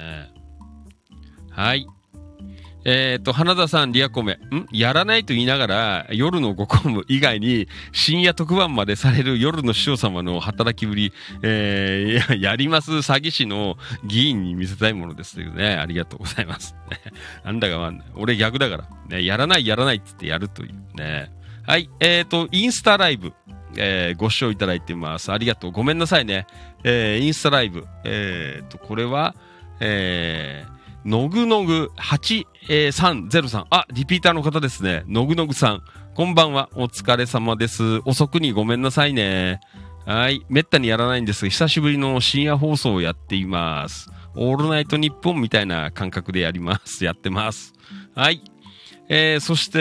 はい。花田さん、リアコメ。やらないと言いながら、夜のご公務以外に、深夜特番までされる夜の師匠様の働きぶり、やります詐欺師の議員に見せたいものですというね。ありがとうございます。なんだかわかんない。俺逆だから。ね、やらないって言ってやるというね。はい。インスタライブ。ご視聴いただいてます。ありがとう。ごめんなさいね。インスタライブ。これは、のぐのぐ8303。あ、リピーターの方ですね。のぐのぐさん。こんばんは。お疲れ様です。遅くにごめんなさいね。はい。めったにやらないんですが、久しぶりの深夜放送をやっています。オールナイトニッポンみたいな感覚でやります。やってます。はい。そして、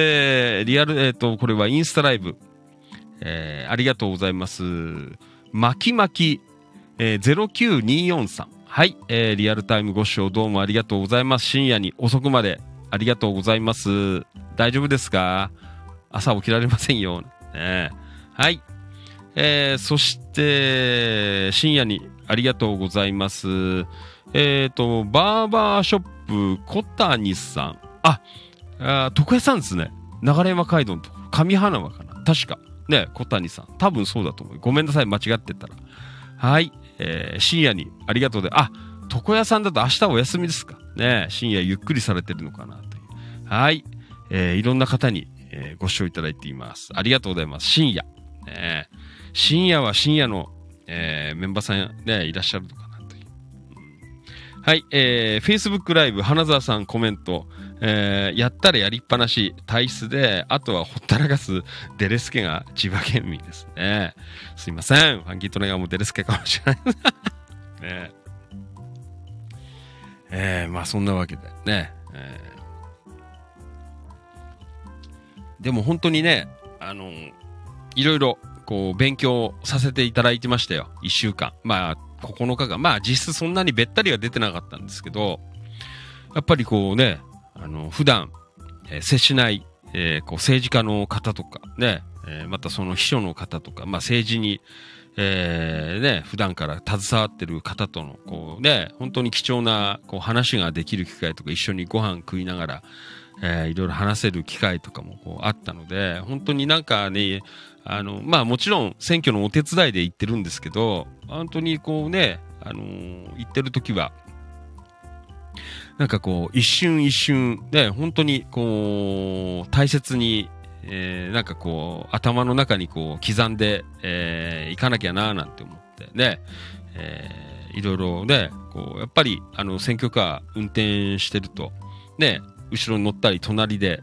リアル、これはインスタライブ。ありがとうございます。まきまき、09243。はい、リアルタイムご視聴どうもありがとうございます。深夜に遅くまでありがとうございます。大丈夫ですか？朝起きられませんよ。ね、はい。そして、深夜にありがとうございます。バーバーショップ小谷さん。床屋さんですね。流山街道のとこ。上花輪かな。確か。ね、小谷さん。多分そうだと思う。ごめんなさい、間違ってたら。はい。深夜にありがとうで、床屋さんだと明日お休みですかね。深夜ゆっくりされてるのかなという。はい。いろんな方に、ご視聴いただいています。ありがとうございます。深夜。深夜は深夜の、メンバーさんね、いらっしゃるのかなという。はい。Facebook ライブ、花澤さんコメント。やったらやりっぱなし、体質で、あとはほったらかすデレスケが千葉県民ですね。すいません。ファンキートネガーもデレスケかもしれない。まあそんなわけでね。でも本当にね、いろいろこう勉強させていただいてましたよ。1週間。まあ9日間。まあ実質そんなにべったりは出てなかったんですけど、やっぱりこうね、普段、接しない、こう政治家の方とかね、またその秘書の方とか、まあ政治に、ね、普段から携わってる方との、こうね、本当に貴重な、こう話ができる機会とか、一緒にご飯食いながら、いろいろ話せる機会とかもこうあったので、本当になんかね、まあもちろん選挙のお手伝いで行ってるんですけど、本当にこうね、行ってる時は、なんかこう、一瞬一瞬で、本当にこう、大切に、なんかこう、頭の中にこう、刻んで、いかなきゃなーなんて思ってね、いろいろね、こう、やっぱり、選挙カー運転してると、ね、後ろに乗ったり、隣で、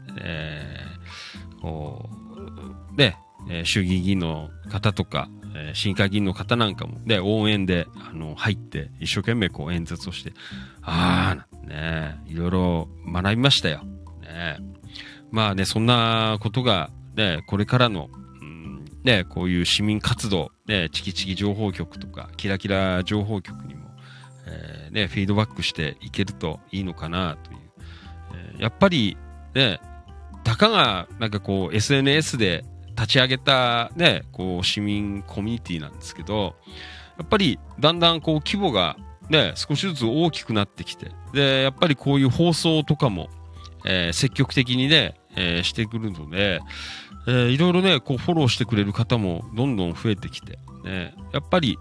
こう、ね、衆議院議員の方とか、市議会議員の方なんかも、ね、応援で、入って、一生懸命こう演説をして、ね、いろいろ学びましたよ。ね、まあね、そんなことが、ね、これからの、ね、こういう市民活動、ね、チキチキ情報局とか、キラキラ情報局にも、ね、フィードバックしていけるといいのかなという。やっぱり、ね、たかが、なんかこう、SNS で立ち上げた、ね、こう、市民コミュニティなんですけど、やっぱり、だんだんこう、規模が、ね、少しずつ大きくなってきて、で、やっぱりこういう放送とかも、積極的にね、してくるので、いろいろね、こうフォローしてくれる方もどんどん増えてきて、ね、やっぱり、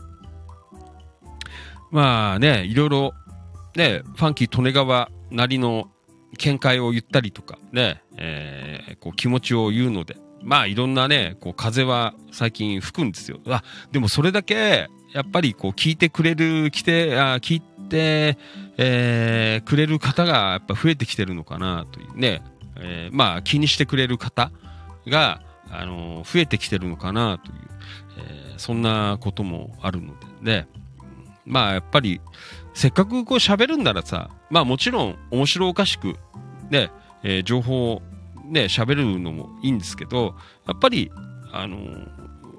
まあね、いろいろ、ね、ファンキー利根川なりの見解を言ったりとか、ね、こう気持ちを言うので、まあいろんなね、こう風は最近吹くんですよ。でもそれだけ、やっぱりこう聞いてくれる、聞いて、くれる方がやっぱ増えてきてるのかなというね、まあ気にしてくれる方が、増えてきてるのかなという、そんなこともあるのでね、まあやっぱりせっかくこう喋るんならさ、まあもちろん面白おかしくね、情報をね喋るのもいいんですけど、やっぱり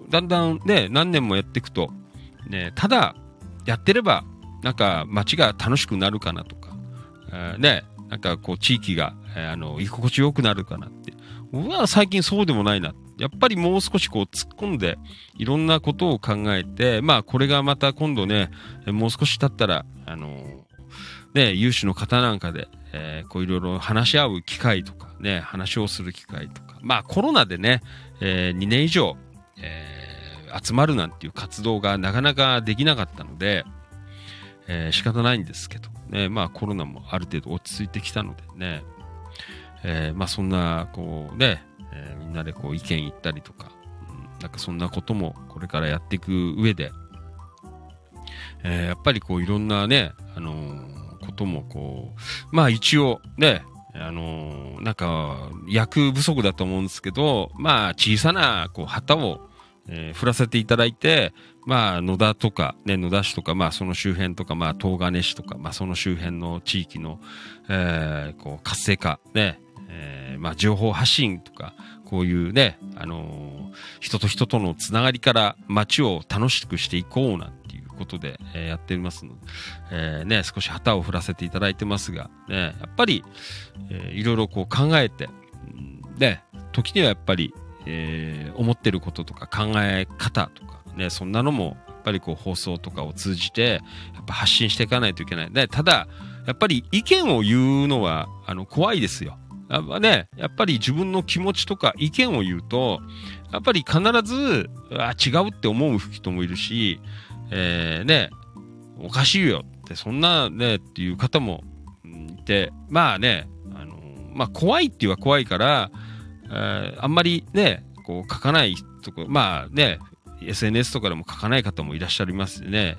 だんだんね、何年もやっていくと、ね、ただ、やってれば、なんか街が楽しくなるかなとか、ね、なんかこう地域が、居心地よくなるかなって。僕は最近そうでもないな。やっぱりもう少しこう突っ込んで、いろんなことを考えて、まあこれがまた今度ね、もう少し経ったら、ね、有志の方なんかで、こういろいろ話し合う機会とか、ね、話をする機会とか、まあコロナでね、2年以上、集まるなんていう活動がなかなかできなかったので、仕方ないんですけど、ね、まあコロナもある程度落ち着いてきたのでね、まあそんな、こうね、みんなでこう意見言ったりとか、なんかそんなこともこれからやっていく上で、やっぱりこういろんなね、こともこう、まあ一応ね、なんか役不足だと思うんですけど、まあ小さなこう旗を、振らせていただいて、まあ野田とかね、野田市とか、まあその周辺とか、まあ東金市とか、まあその周辺の地域の、こう活性化ね、まあ情報発信とか、こういうね、人と人とのつながりから街を楽しくしていこうなんていうことで、やっていますので、ね、少し旗を振らせていただいてますが、ね、やっぱり、いろいろこう考えて、ね、時にはやっぱり、思ってることとか考え方とか、ね、そんなのも、やっぱりこう放送とかを通じて、やっぱ発信していかないといけない。で、ただ、やっぱり意見を言うのは、怖いですよ。やっぱり自分の気持ちとか意見を言うと、やっぱり必ず、違うって思う人もいるし、ね、おかしいよって、そんなね、っていう方もいて、まあね、まあ怖いって言えば怖いから、あんまりね、こう書かないとか、まあね、SNS とかでも書かない方もいらっしゃいますね、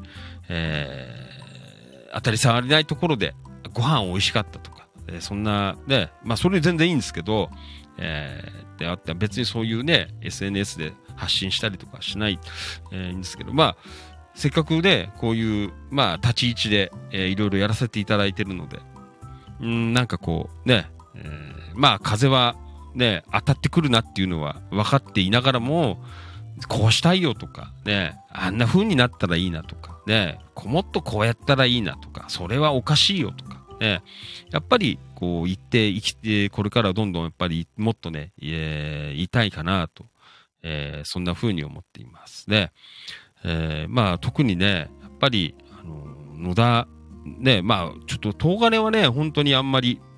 当たり障りないところでご飯美味しかったとか、そんなね、まあそれ全然いいんですけど、であって別にそういうね、SNS で発信したりとかしない、いいんですけど、まあ、せっかくね、こういう、まあ立ち位置で、いろいろやらせていただいてるので、なんかこうね、まあ風はね、当たってくるなっていうのは分かっていながらも、こうしたいよとか、ね、あんな風になったらいいなとか、ね、もっとこうやったらいいなとか、それはおかしいよとか、ね、やっぱりこう言って生きて、これからどんどんやっぱりもっとね、言いたいかなと、そんな風に思っていますね。まあ特にね、やっぱり、野田、ね、まあちょっと東金はね、本当にあんまり、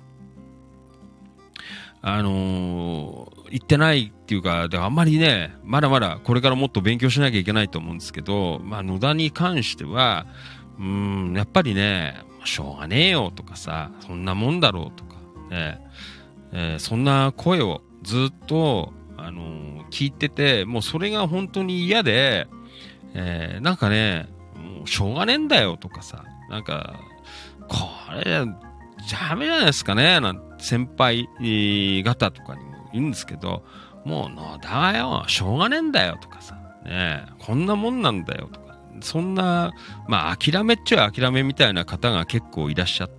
行ってないっていうか、であんまりね、まだまだこれからもっと勉強しなきゃいけないと思うんですけど、まあ野田に関しては、やっぱりね、しょうがねえよとかさ、そんなもんだろうとか、ね、そんな声をずっと、聞いてて、もうそれが本当に嫌で、なんかね、もうしょうがねえんだよとかさ、なんか、これ、ダメじゃないですかね、なんて先輩方とかにも言うんですけど、もう野田はよ、しょうがねえんだよとかさ、ね、こんなもんなんだよとか、そんな、まあ諦めっちゃ諦めみたいな方が結構いらっしゃって、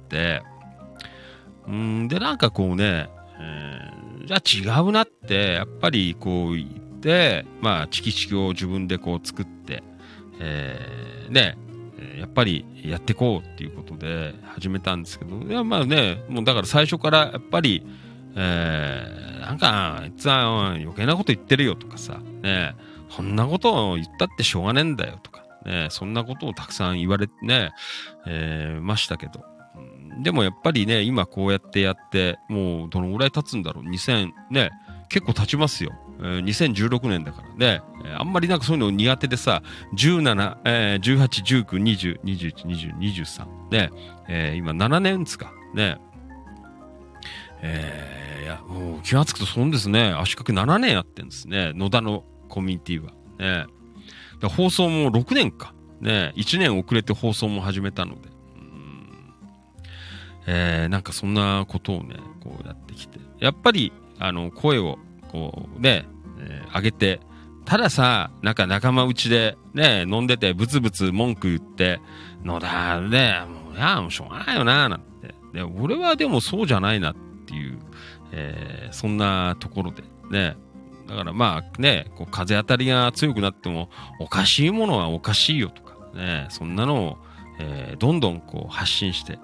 で、なんかこうね、じゃあ違うなって、やっぱりこう言って、まあ、チキチキを自分でこう作って、ね、やっぱりやっていこうっていうことで始めたんですけど、いやまあね、もうだから最初からやっぱり、なんか、あいつは余計なこと言ってるよとかさ、ね、そんなことを言ったってしょうがねえんだよとか、ね、そんなことをたくさん言われてね、ましたけど、でもやっぱりね、今こうやってやって、もうどのぐらい経つんだろう ?2000、ね、結構経ちますよ。2016年だからね、あんまりなんかそういうの苦手でさ、17、18、19、20、21、20、23、ね、今7年ですか、ね。いや、もう気がつくとそんですね、足掛け7年やってんですね、野田のコミュニティは。ね。放送も6年か。ね、1年遅れて放送も始めたので。なんかそんなことをね、こうやってきて。やっぱり、声を、こうね、上げて、たださ、なんか仲間内でね、飲んでてブツブツ文句言って、野田ね、もうしょうがないよな、なんて。で、俺はでもそうじゃないなっていう、そんなところでね、 だからまあね、こう風当たりが強くなっても、おかしいものはおかしいよとか、ね、そんなのを、どんどんこう発信して、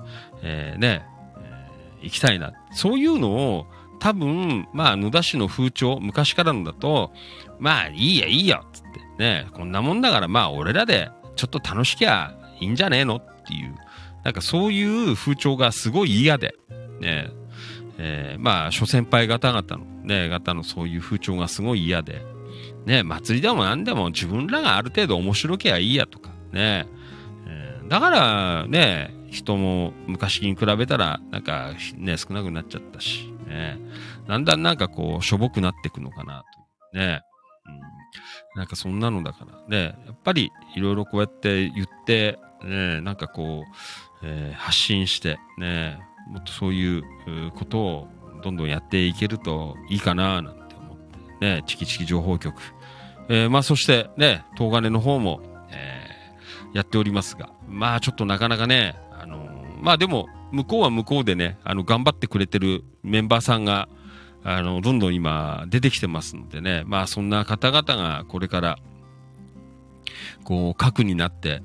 行きたいな。そういうのを、多分、まあ、野田市の風潮、昔からのだと、まあ、いいよ、つって。ね、こんなもんだから、まあ、俺らで、ちょっと楽しきゃいいんじゃねえのっていう、なんかそういう風潮がすごい嫌で、ね、まあ、諸先輩方々のそういう風潮がすごい嫌で、ね、祭りでも何でも自分らがある程度面白きゃいいやとか、ね、だからね、人も昔に比べたらなんかね少なくなっちゃったし、ね、だんだんなんかこうしょぼくなっていくのかなとね、なんかそんなのだからね、やっぱりいろいろこうやって言ってね、なんかこう、発信してね、もっとそういうことをどんどんやっていけるといいかななんて思ってね、チキチキ情報局、まあそしてね、東金の方もやっておりますが、まあちょっとなかなかね、まあでも向こうは向こうでね、頑張ってくれてるメンバーさんがどんどん今出てきてますのでね、まあそんな方々がこれからこう核になって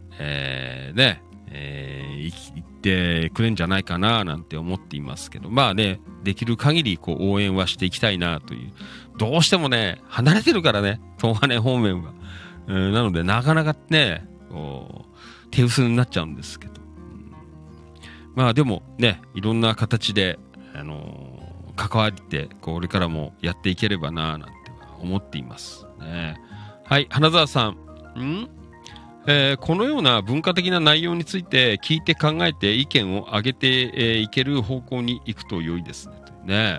行ってくれんじゃないかななんて思っていますけど、まあね、できる限りこう応援はしていきたいなという、どうしてもね離れてるからね、東金方面は、なのでなかなかね手薄になっちゃうんですけど、まあでもね、いろんな形で関わってこれからもやっていければななんて思っていますね。はい、花澤さん、このような文化的な内容について聞いて考えて意見を上げていける方向に行くと良いですね。ね、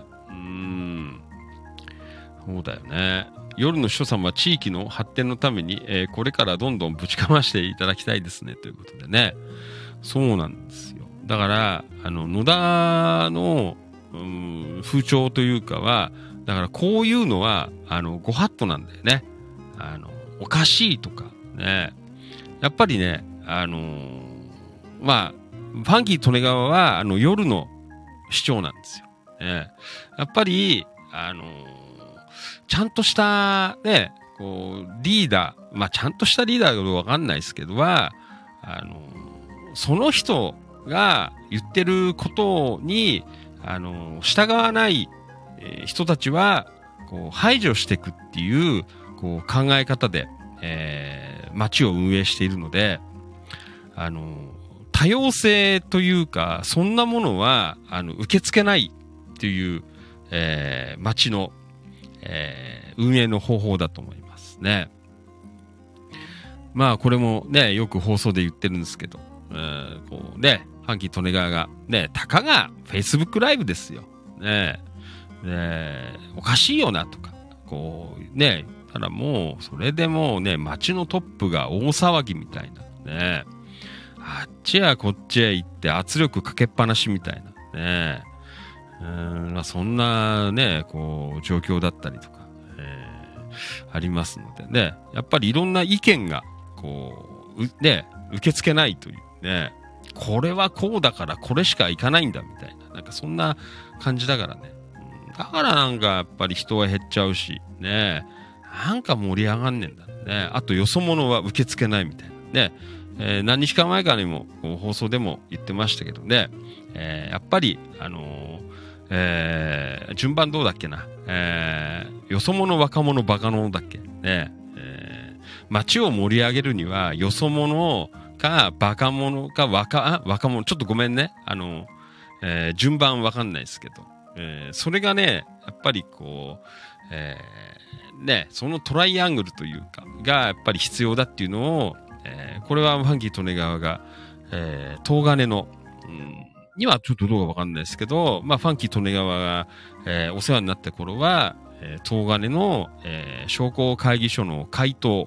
そうだよね。夜の人様は地域の発展のために、これからどんどんぶちかましていただきたいですねということでね。そうなんですよ。だから野田の風潮というかは、だからこういうのはご法度なんだよね。おかしいとかね。やっぱりね、まあファンキー利根川は夜の市長なんですよ。ね、やっぱりちゃんとしたね、こうリーダー、まあちゃんとしたリーダーかわかんないですけどは、その人が言ってることに従わない人たちはこう排除していくっていうこう考え方で、街を運営しているので、多様性というかそんなものは受け付けないっていう、街の、運営の方法だと思いますね。まあこれもねよく放送で言ってるんですけど、こうねファンキー利根川がね、たかが Facebook ライブですよ。ねおかしいよなとか、こうね、ただもうそれでもうね、街のトップが大騒ぎみたいなね、あっちやこっちへ行って圧力かけっぱなしみたいなね、まあそんなねこう状況だったりとか、ありますのでね、やっぱりいろんな意見がこうね受け付けないというね。これはこうだからこれしかいかないんだみたいな、なんかそんな感じだからね、だからなんかやっぱり人は減っちゃうしね、なんか盛り上がんねえんだね。あとよそ者は受け付けないみたいなね、何日か前からにも放送でも言ってましたけどね、やっぱり順番どうだっけな、よそ者若者バカ者だっけね、街を盛り上げるにはよそ者かバカ者か若者、ちょっとごめんね、順番わかんないですけど、それがねやっぱりこう、ね、そのトライアングルというかがやっぱり必要だっていうのを、これはファンキー利根川が、東金の、今ちょっとどうかわかんないですけど、まあファンキー利根川が、お世話になった頃は、東金の、商工会議所の会頭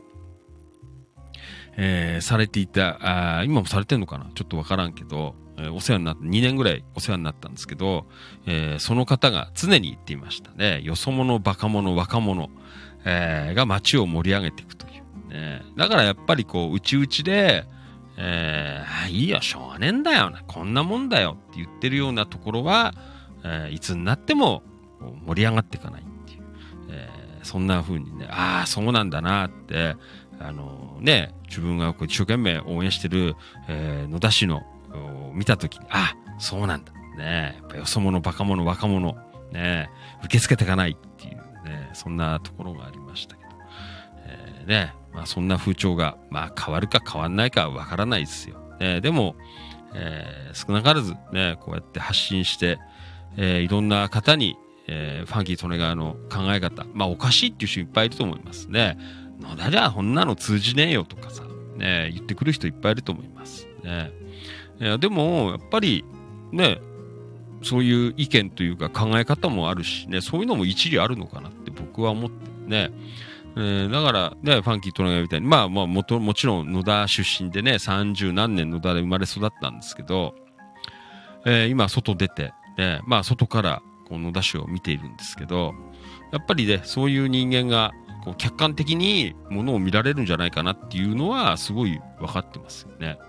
されていた、今もされてんのかなちょっとわからんけど、お世話になって2年ぐらいお世話になったんですけど、その方が常に言っていましたね。よそ者バカ者若者、が街を盛り上げていくという、ね、だからやっぱりこう内々で、いいよしょうがねえんだよな、こんなもんだよって言ってるようなところは、いつになっても盛り上がっていかないっていう、 そんな風にね、ああ、そうなんだなって、ね、自分がこう一生懸命応援してる、野田市の、見たときに、あ、そうなんだ。ね、やっぱよそ者、バカ者、若者、ね、受け付けていかないっていうね、そんなところがありましたけど。ね、まあそんな風潮が、まあ変わるか変わんないかわからないですよ。でも、少なからずね、こうやって発信して、いろんな方に、ファンキー利根川の考え方、まあおかしいっていう人いっぱいいると思いますね。野田じゃこんなの通じねえよとかさ、ね、言ってくる人いっぱいいると思いますね。でも、やっぱり、ね、そういう意見というか考え方もあるし、ね、そういうのも一理あるのかなって僕は思ってね。だからね、ファンキー利根川みたいに、まあもちろん野田出身でね、30何年野田で生まれ育ったんですけど、今外出て、ね、まあ外からこう野田市を見ているんですけど、やっぱりね、そういう人間がこう客観的にものを見られるんじゃないかなっていうのはすごい分かってますよね。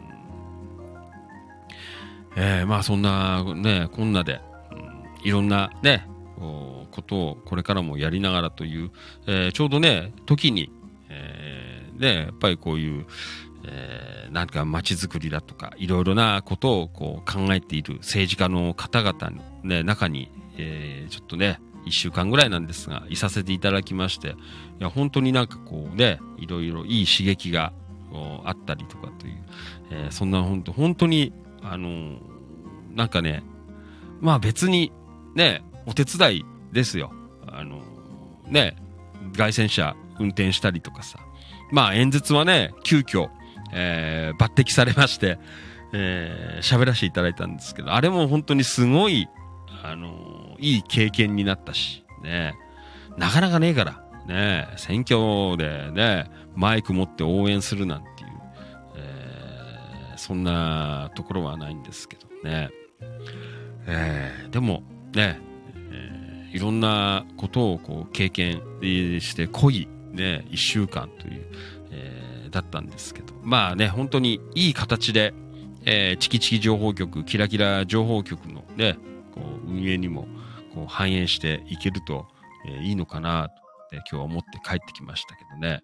まあそんなね、こんなで、いろんなね、ことをこれからもやりながらという、ちょうどね、時に、ね、やっぱりこういう、なんか街づくりだとか、いろいろなことをこう考えている政治家の方々の、ね、中に、ちょっとね、1週間ぐらいなんですが、いさせていただきまして、いや、本当になんかこうね、いろいろいい刺激があったりとかという、そんな本当に、なんかね、まあ別にね、お手伝いですよ。ね、凱旋車運転したりとかさ。まあ演説はね、急遽、抜擢されまして、喋らせていただいたんですけど、あれも本当にすごい、いい経験になったし、ね、なかなかねえから、ね、選挙でね、マイク持って応援するなんていう、そんなところはないんですけどね。でもね、いろんなことをこう経験して濃いね、一週間という、だったんですけど、まあね、本当にいい形で、チキチキ情報局、キラキラ情報局のね、こう運営にもこう反映していけると、いいのかなと、今日は思って帰ってきましたけどね。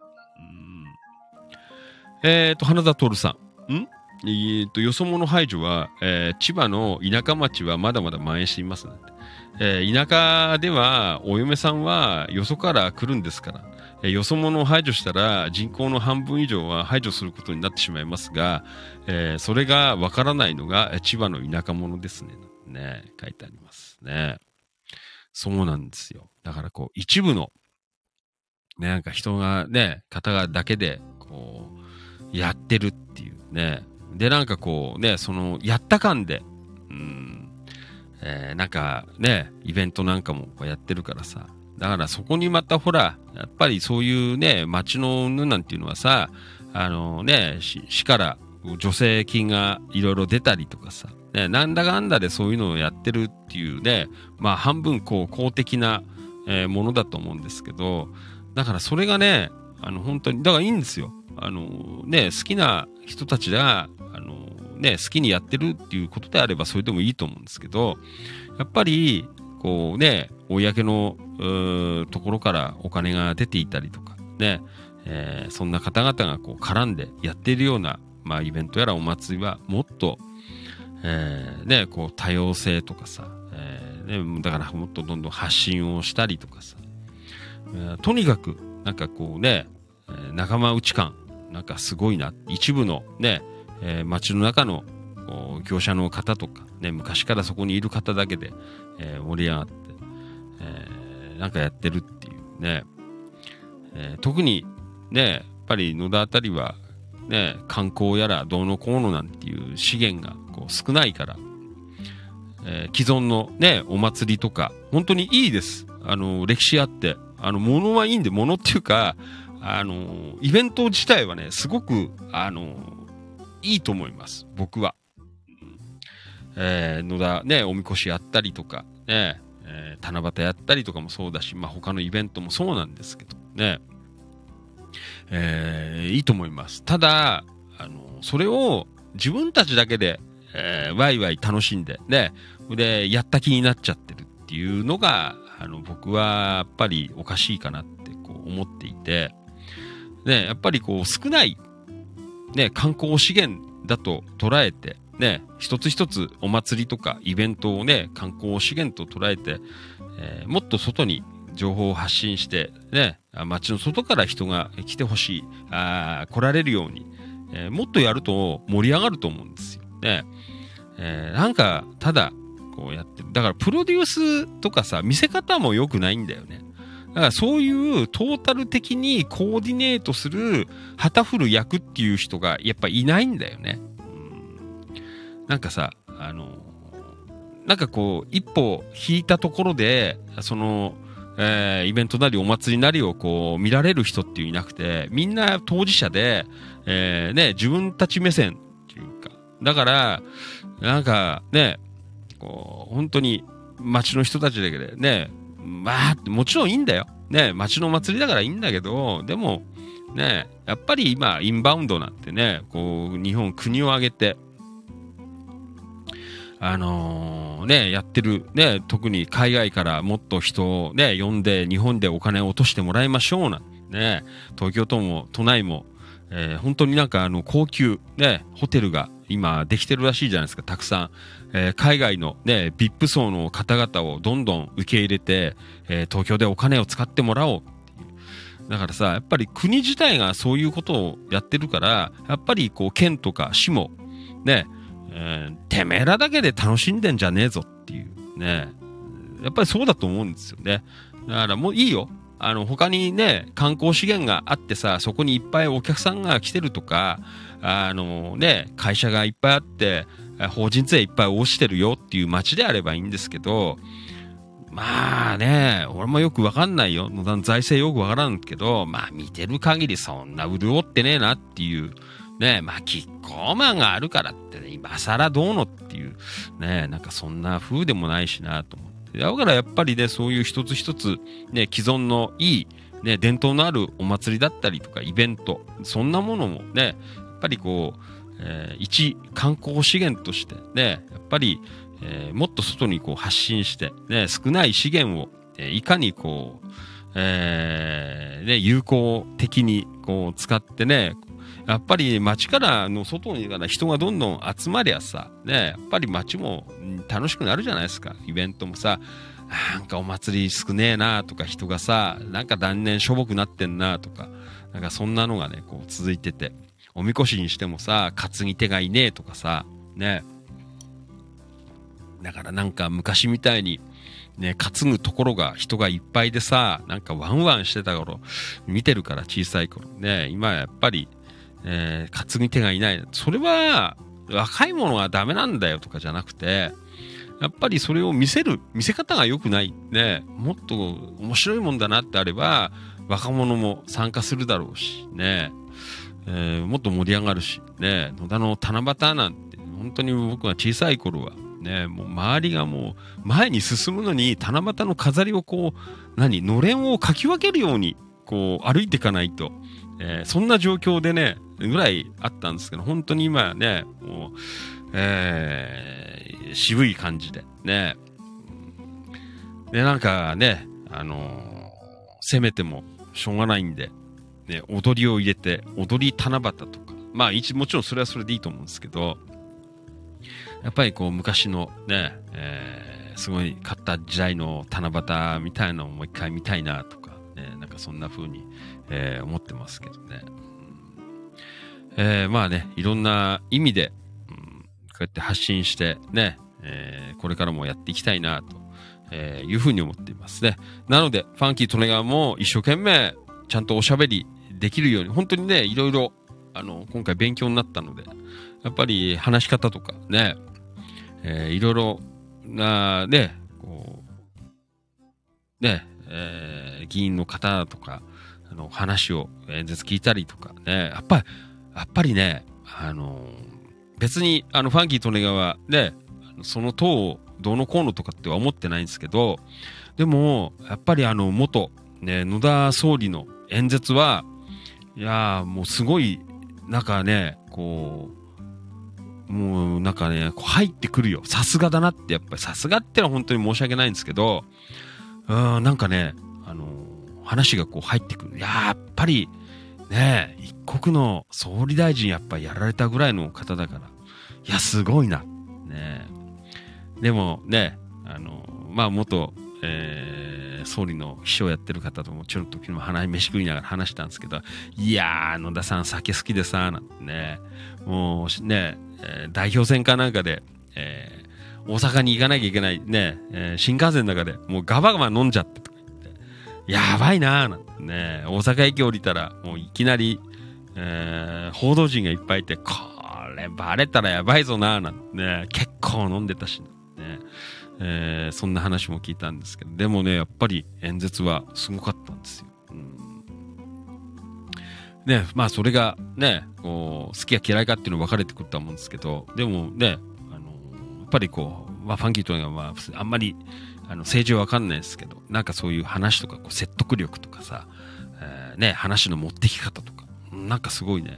花田徹さん。よそ者排除は、千葉の田舎町はまだまだ蔓延していますなんて。田舎ではお嫁さんはよそから来るんですから、よそ者を排除したら人口の半分以上は排除することになってしまいますが、それがわからないのが千葉の田舎者ですね。ね、書いてありますね。そうなんですよ。だからこう一部の、ね、なんか人がね、方がだけでこうやってるっていうね。で、なんかこうね、そのやった感で、なんかね、イベントなんかもやってるからさ。だからそこにまたほら、やっぱりそういうね、町のぬなんていうのはさ、ね、市から助成金がいろいろ出たりとかさ、ね、なんだかんだでそういうのをやってるっていうね、まあ半分こう公的な、ものだと思うんですけど、だからそれがね、本当に、だからいいんですよ。ね、好きな人たちが、ね、好きにやってるっていうことであればそれでもいいと思うんですけど、やっぱり、こうね、公のところからお金が出ていたりとか、ね、そんな方々がこう絡んでやっているような、まあイベントやらお祭りはもっと、ね、こう多様性とかさ、ね、だからもっとどんどん発信をしたりとかさ、とにかく、なんかこうね、仲間内感、なんかすごいな。一部のね、街の中の業者の方とか、ね、昔からそこにいる方だけで、盛り上がって、なんかやってるっていうね。特にね、やっぱり野田あたりは、ね、観光やらどうのこうのなんていう資源がこう少ないから、既存のね、お祭りとか、本当にいいです。歴史あって、物はいいんで、物っていうか、イベント自体はね、すごく、いいと思います。僕は。野田ね、おみこしやったりとか、ね、七夕やったりとかもそうだし、まあ、他のイベントもそうなんですけど、ね、いいと思います。ただ、それを自分たちだけで、ワイワイ楽しんで、ね、で、やった気になっちゃってるっていうのが、 僕はやっぱりおかしいかなってこう思っていて、ね、やっぱりこう少ない、ね、観光資源だと捉えて、ね、一つ一つお祭りとかイベントをね、観光資源と捉えて、もっと外に情報を発信して、ね、街の外から人が来てほしい、来られるように、もっとやると盛り上がると思うんですよ。ね、なんか、ただ、こうやってる。だからプロデュースとかさ、見せ方も良くないんだよね。だからそういうトータル的にコーディネートする旗振る役っていう人がやっぱいないんだよね。なんかさ、なんかこう、一歩引いたところで、その、イベントなりお祭りなりをこう見られる人っていういなくて、みんな当事者で、ね、自分たち目線っていうか、だから、なんかね、こう、本当に街の人たちだけでね、まあ、もちろんいいんだよ。ね、街の祭りだからいいんだけど、でも、ね、やっぱり今、インバウンドなんてね、こう、日本、国を挙げて、ね、やってる、ね、特に海外からもっと人をね、呼んで、日本でお金を落としてもらいましょうなんてね、東京都も、都内も、本当になんか高級、ね、ホテルが今できてるらしいじゃないですか、たくさん。海外のね、VIP 層の方々をどんどん受け入れて、東京でお金を使ってもらおうっていう。だからさ、やっぱり国自体がそういうことをやってるから、やっぱりこう、県とか市も、ね、てめえらだけで楽しんでんじゃねえぞっていうね。やっぱりそうだと思うんですよね。だからもういいよ。他にね、観光資源があってさ、そこにいっぱいお客さんが来てるとか、ね、会社がいっぱいあって、法人税いっぱい落ちてるよっていう街であればいいんですけど、まあね、俺もよくわかんないよ。財政よくわからんけど、まあ見てる限りそんな潤ってねえなっていう。ね、まあキッコーマンがあるからってね、今更どうのっていう、ね、なんかそんな風でもないしなと思って。だからやっぱりね、そういう一つ一つ、ね、既存のいい、ね、伝統のあるお祭りだったりとかイベント、そんなものもね、やっぱりこう、一観光資源としてね、やっぱり、もっと外にこう発信して、ね、少ない資源を、いかにこう、ね、有効的にこう使ってね、やっぱり街からの外に人がどんどん集まりゃさ、ね、やっぱり街も楽しくなるじゃないですか。イベントもさ、なんかお祭り少ねえなとか人がさ、なんか断念しょぼくなってんなとか、なんかそんなのがね、こう続いてて、おみこしにしてもさ、担ぎ手がいねえとかさ、ね。だからなんか昔みたいに、ね、担ぐところが人がいっぱいでさ、なんかワンワンしてた頃、見てるから小さい頃。ね、今はやっぱり、担ぎ手がいない。それは、若い者はダメなんだよとかじゃなくて、やっぱりそれを見せ方が良くない。ね、もっと面白いもんだなってあれば、若者も参加するだろうし、ね、もっと盛り上がるし、ね、野田の七夕なんて、本当に僕が小さい頃は、ね、もう周りがもう前に進むのに七夕の飾りをこう、のれんをかき分けるように、こう歩いていかないと、そんな状況でね、ぐらいあったんですけど、本当に今はね、もう、渋い感じで、ね。で、なんかね、攻めてもしょうがないんで、ね、踊りを入れて、踊り七夕とか、まあ、もちろんそれはそれでいいと思うんですけど、やっぱりこう、昔のね、すごい買った時代の七夕みたいなのをもう一回見たいなとか、ね、なんかそんな風に、思ってますけどね。まあね、いろんな意味で、こうやって発信してね、これからもやっていきたいなと、いうふうに思っていますね。なので、ファンキー・トネガーも一生懸命ちゃんとおしゃべりできるように、本当にね、いろいろ、今回勉強になったので、やっぱり話し方とかね、いろいろな、ね、こう、ね、議員の方とか、話を演説聞いたりとかね、やっぱりね、別に、ファンキー・トネガーはね、その党をどうのこうのとかっては思ってないんですけど、でも、やっぱり元、ね、野田総理の演説は、いやーもうすごい、なんかね、こう、もうなんかね、こう入ってくるよ。さすがだなって、やっぱりさすがってのは本当に申し訳ないんですけど、 なんかね、話がこう入ってくる。やっぱり、ね、一国の総理大臣やっぱやられたぐらいの方だから、いや、すごいな。ね。でもね、まあ、元、総理の秘書をやってる方ともちょっと昨日飯食いながら話したんですけど、いやー、野田さん酒好きでさ、なんてね、もうね、代表選かなんかで、大阪に行かなきゃいけないね、新幹線の中でもうガバガバ飲んじゃってとか言って、やばいなーなんてね、大阪駅降りたらもういきなり、報道陣がいっぱいいて、これバレたらやばいぞなーなんてね、結構飲んでたしね、そんな話も聞いたんですけど、でもね、やっぱり演説はすごかったんですよ。ね、まあそれがね、こう好きや嫌いかっていうの分かれてくると思うんですけど、でもね、やっぱりこう、まあファンキーというのはまああんまり政治は分かんないですけど、なんかそういう話とかこう説得力とかさ、ね、話の持ってき方とか、なんかすごいね、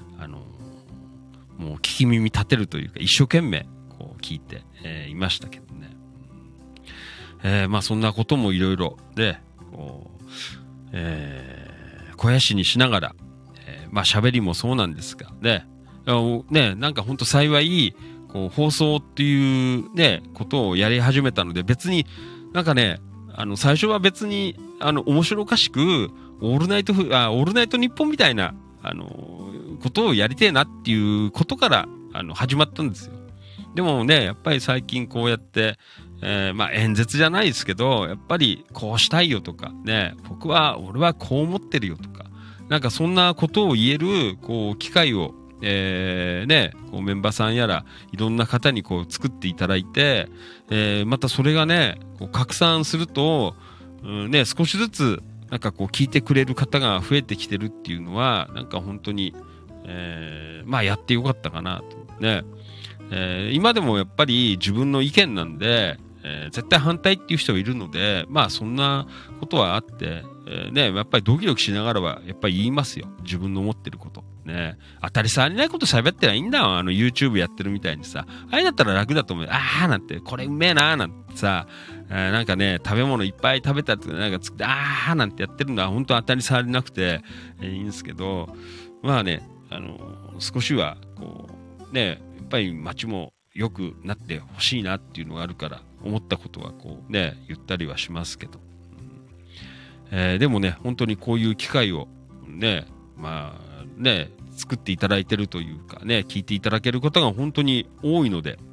もう聞き耳立てるというか一生懸命こう聞いて、いましたけどね。まあそんなこともいろいろで、こう、肥やしにしながら、まあ喋りもそうなんですが、ね、なんか本当幸い、こう放送っていうね、ことをやり始めたので、別になんかね、最初は別に、面白おかしく、オールナイトニッポンみたいな、ことをやりてえなっていうことから、始まったんですよ。でもね、やっぱり最近こうやって、まあ演説じゃないですけど、やっぱりこうしたいよとか、ね、俺はこう思ってるよとか、なんかそんなことを言える、こう、機会を、ね、こうメンバーさんやら、いろんな方にこう作っていただいて、またそれがね、こう拡散すると、ね、少しずつ、なんかこう聞いてくれる方が増えてきてるっていうのは、なんか本当に、まあやってよかったかなと。ね。今でもやっぱり自分の意見なんで、絶対反対っていう人がいるので、まあそんなことはあって、ね、やっぱりドキドキしながらはやっぱり言いますよ。自分の思ってること。ね。当たり障りないこと喋ってりゃいいんだわ。YouTube やってるみたいにさ。あれだったら楽だと思う。あーなんて、これうめえなーなんてさ、なんかね、食べ物いっぱい食べたとかなんか作って、あーなんてやってるのは本当当たり障りなくて、いいんですけど、まあね、少しは、こう、ね、やっぱり街も良くなってほしいなっていうのがあるから、思ったことはこうね、言ったりはしますけど。でもね、本当にこういう機会をね、まあね、作っていただいてるというかね、聞いていただけることが本当に多いので、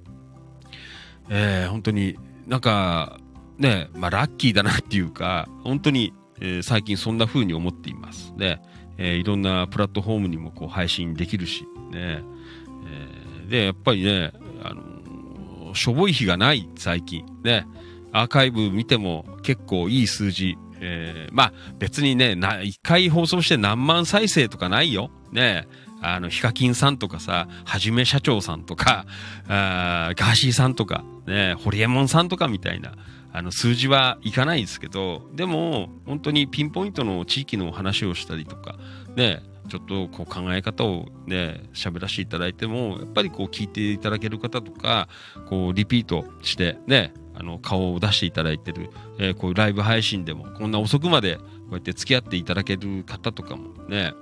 本当になんかね、まあラッキーだなっていうか、本当に、最近そんな風に思っていますね。いろんなプラットフォームにもこう配信できるし、ね。で、やっぱりね、しょぼい日がない、最近。ね。アーカイブ見ても結構いい数字。まあ別にね、一回放送して何万再生とかないよ。ね。ヒカキンさんとかさ、はじめ社長さんとか、ガーシーさんとか、ね、ホリエモンさんとかみたいな、数字はいかないですけど、でも、本当にピンポイントの地域の話をしたりとか、ね、ちょっとこう考え方をね、喋らせていただいても、やっぱりこう聞いていただける方とか、こうリピートしてね、顔を出していただいてる、こういうライブ配信でも、こんな遅くまでこうやって付き合っていただける方とかもね、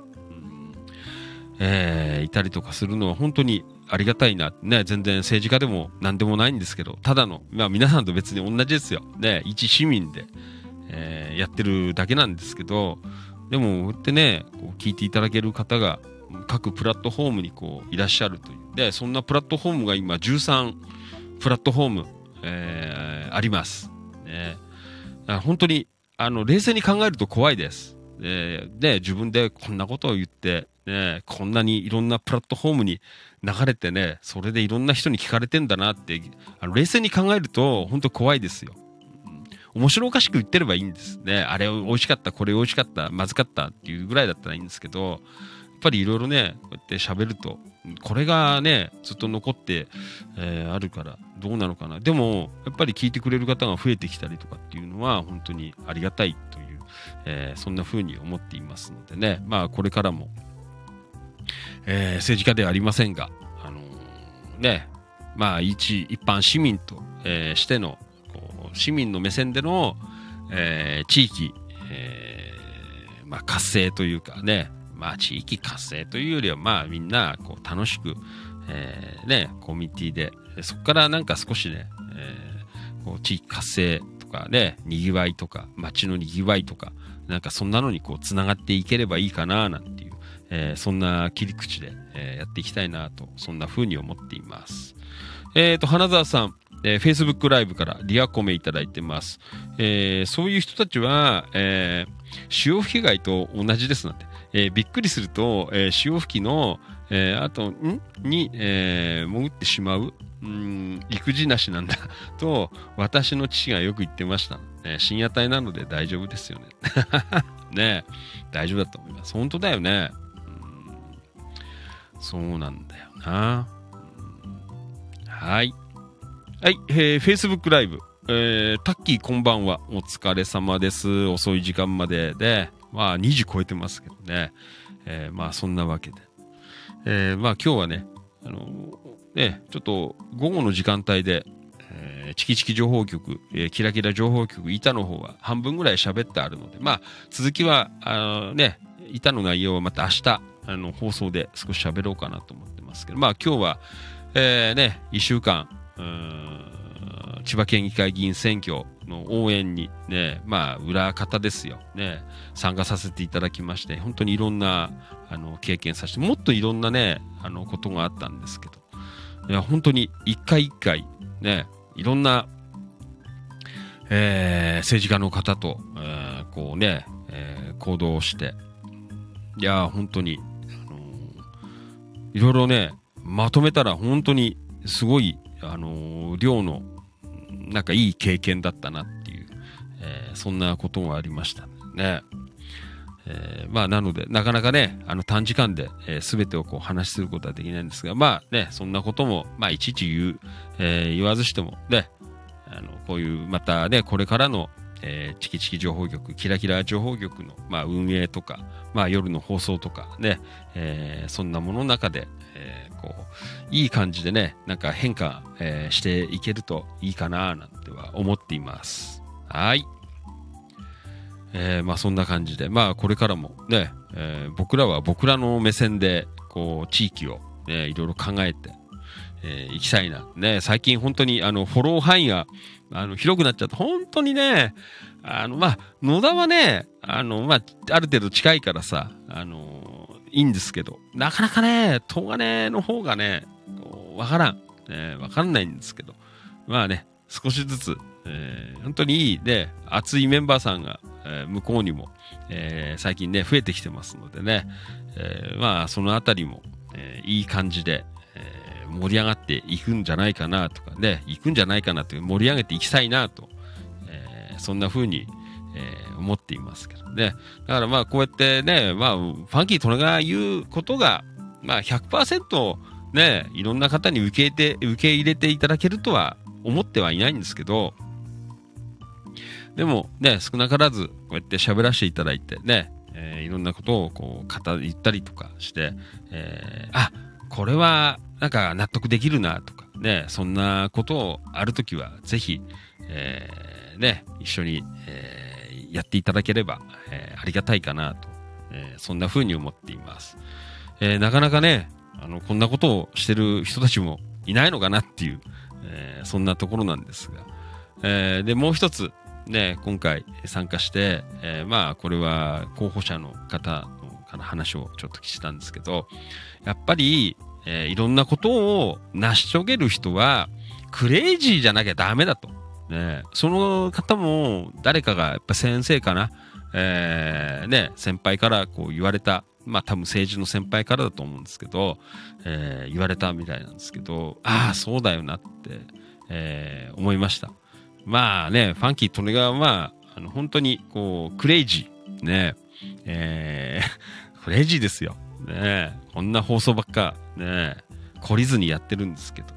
いたりとかするのは本当にありがたいな。ね、全然政治家でも何でもないんですけど、ただの、まあ皆さんと別に同じですよ。ね、一市民で、やってるだけなんですけど、でも、こうやってね、こう聞いていただける方が各プラットフォームにこういらっしゃるという。で、そんなプラットフォームが今13プラットフォーム、あります。ね、本当に、冷静に考えると怖いです。で、自分でこんなことを言って、ね、こんなにいろんなプラットフォームに流れてね、それでいろんな人に聞かれてんだなって、冷静に考えると本当怖いですよ。面白おかしく言ってればいいんですね。あれ美味しかった、これ美味しかった、まずかったっていうぐらいだったらいいんですけど、やっぱりいろいろね、こうやって喋ると、これがね、ずっと残って、あるからどうなのかな。でも、やっぱり聞いてくれる方が増えてきたりとかっていうのは本当にありがたいという、そんな風に思っていますのでね、まあこれからも、政治家ではありませんが、ね、まあ一般市民と、しての、市民の目線での、 地域、まあ活性というかね、まあ地域活性というよりはまあみんなこう楽しく、ね、コミュニティで、そこからなんか少しね、こう地域活性とかね、賑わいとか、街の賑わいとか、なんかそんなのにこう繋がっていければいいかななんていう、そんな切り口で、やっていきたいなと、そんな風に思っています。花澤さん、Facebook ライブからリアコメいただいてます。そういう人たちは、潮吹き貝と同じですなんて。びっくりすると、潮吹きの、後に、潜ってしまう、育児なしなんだと、私の父がよく言ってました。深夜帯なので大丈夫ですよね。ねえ、大丈夫だと思います。本当だよね。そうなんだよな。はい。はい、Facebook ライブ。タッキーこんばんは。お疲れ様です。遅い時間までで、まあ2時超えてますけどね。まあそんなわけで。まあ今日はね、ちょっと午後の時間帯で、チキチキ情報局、キラキラ情報局、板の方は半分ぐらい喋ってあるので、まあ続きは、板の内容はまた明日、放送で少し喋ろうかなと思ってますけど、まあ今日は、1週間、千葉県議会議員選挙の応援にね、まあ裏方ですよね、参加させていただきまして、本当にいろんな経験させて、もっといろんなねことがあったんですけど、いや本当に一回一回ね、いろんな、政治家の方と、こうね、行動をして、いや本当にいろいろねまとめたら本当にすごい量のなんかいい経験だったなっていう、そんなこともありましたね。まあなのでなかなかね短時間で、全てをこう話しすることはできないんですが、まあねそんなこともまあいちいち言わずしてもね、こういうまたねこれからのチキチキ情報局、キラキラ情報局の、まあ、運営とか、まあ、夜の放送とかね、そんなものの中で、こういい感じでねなんか変化、していけるといいかななんては思っています。はい、まあそんな感じで、まあこれからもね、僕らは僕らの目線でこう地域を、いろいろ考えて行きたいな。ね、最近本当にフォロー範囲が広くなっちゃって、本当にね、まあ、野田はね、まあ、ある程度近いからさ、いいんですけど、なかなかね、東金の方がね、わからん。わかんないんですけど、まあね、少しずつ、本当にいいね、熱いメンバーさんが、向こうにも、最近ね、増えてきてますのでね、まあ、そのあたりも、いい感じで、盛り上がっていくんじゃないかなとかね、行くんじゃないかなという盛り上げていきたいなと、そんな風に、思っていますけどね。だからまあこうやってね、まあファンキートネが言うことがまあ 100% ね、いろんな方に受け入れていただけるとは思ってはいないんですけど、でもね、少なからずこうやって喋らせていただいてね、いろんなことをこう言ったりとかして、あ、これはなんか納得できるなとかね、そんなことをあるときはぜひ、ね、一緒に、やっていただければ、ありがたいかなと、そんな風に思っています。なかなかね、こんなことをしてる人たちもいないのかなっていう、そんなところなんですが、でもう一つね、今回参加して、まあこれは候補者の方から話をちょっとしたんですけど、やっぱり、いろんなことを成し遂げる人はクレイジーじゃなきゃダメだと。ね、その方も誰かがやっぱ先生かな、ね、先輩からこう言われた、まあ多分政治の先輩からだと思うんですけど、言われたみたいなんですけど、ああそうだよなって、思いました。まあね、ファンキー・トネガーは本当にこうクレイジーね、クレイジーですよ。ね、こんな放送ばっかね懲りずにやってるんですけど、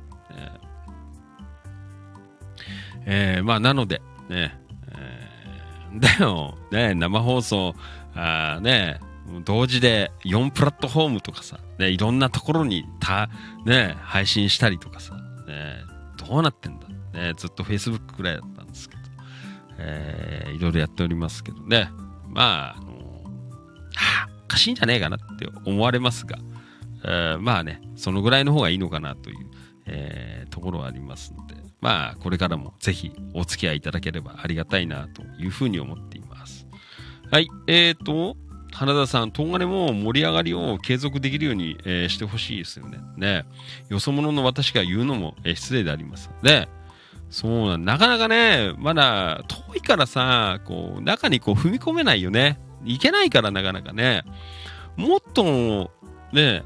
まあなのでね、だよね、生放送ね同時で4プラットフォームとかさ、ね、いろんなところにね配信したりとかさ、ね、どうなってんだね、ずっと Facebook くらいだったんですけど、いろいろやっておりますけどね。まあ、おかしいんじゃねえかなって思われますが、まあね、そのぐらいの方がいいのかなという、ところはありますので、まあ、これからもぜひお付き合いいただければありがたいなというふうに思っています。はい、花田さん、東金も盛り上がりを継続できるように、してほしいですよね。ね。よそ者の私が言うのも、失礼であります。で、そうなかなかね、まだ遠いからさ、こう、中にこう踏み込めないよね。いけないからなかなかね。もっと、ね、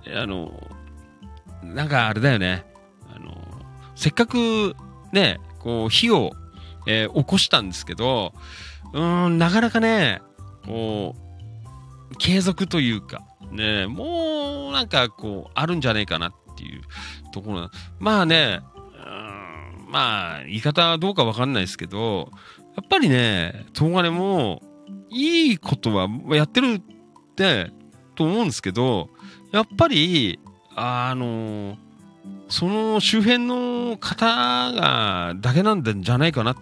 なんかあれだよね。せっかく、ね、こう、火を、起こしたんですけど、なかなかね、こう、継続というか、ね、もう、なんかこう、あるんじゃねえかなっていうところ。まあね、まあ、言い方はどうかわかんないですけど、やっぱりね、東金も、いいことはやってるって、と思うんですけど、やっぱり、その周辺の方が、だけなんじゃないかなって、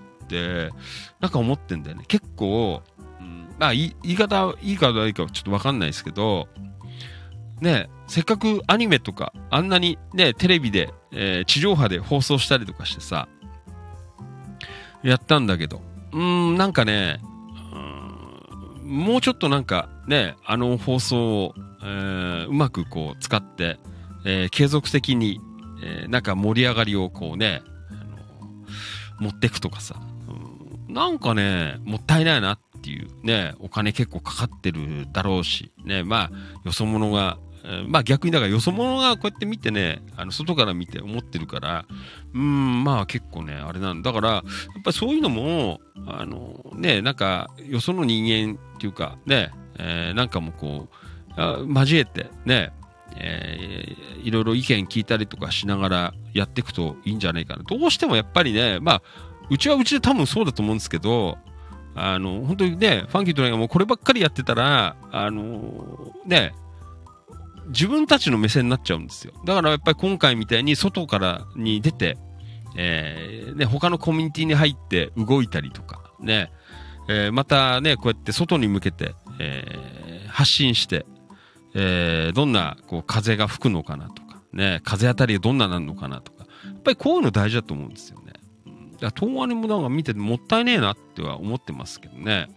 なんか思ってんだよね。結構、まあ、言い方、いいか悪いかちょっとわかんないですけど、ね、せっかくアニメとか、あんなにね、テレビで、地上波で放送したりとかしてさ、やったんだけど、なんかね、もうちょっとなんかね、あの放送を、うまくこう使って、継続的に、なんか盛り上がりをこうね、持っていくとかさ、なんかね、もったいないなっていうね、お金結構かかってるだろうし、ね、まあ、よそ者が、まあ逆にだからよそ者がこうやって見てね、外から見て思ってるから、まあ結構ね、あれなんだから、やっぱりそういうのも、ね、なんか、よその人間っていうか、ね、なんかもこう、交えて、ね、いろいろ意見聞いたりとかしながらやっていくといいんじゃないかな。どうしてもやっぱりね、まあ、うちはうちで多分そうだと思うんですけど、本当にね、ファンキーとね、もうこればっかりやってたら、ね、自分たちの目線になっちゃうんですよ。だからやっぱり今回みたいに外からに出て、ね、他のコミュニティに入って動いたりとか、ね、またね、こうやって外に向けて、発信して、どんなこう風が吹くのかなとか、ね、風当たりがどんななるのかなとか、やっぱりこういうの大事だと思うんですよね。東アニもなんか見ててもったいねえなっては思ってますけどね。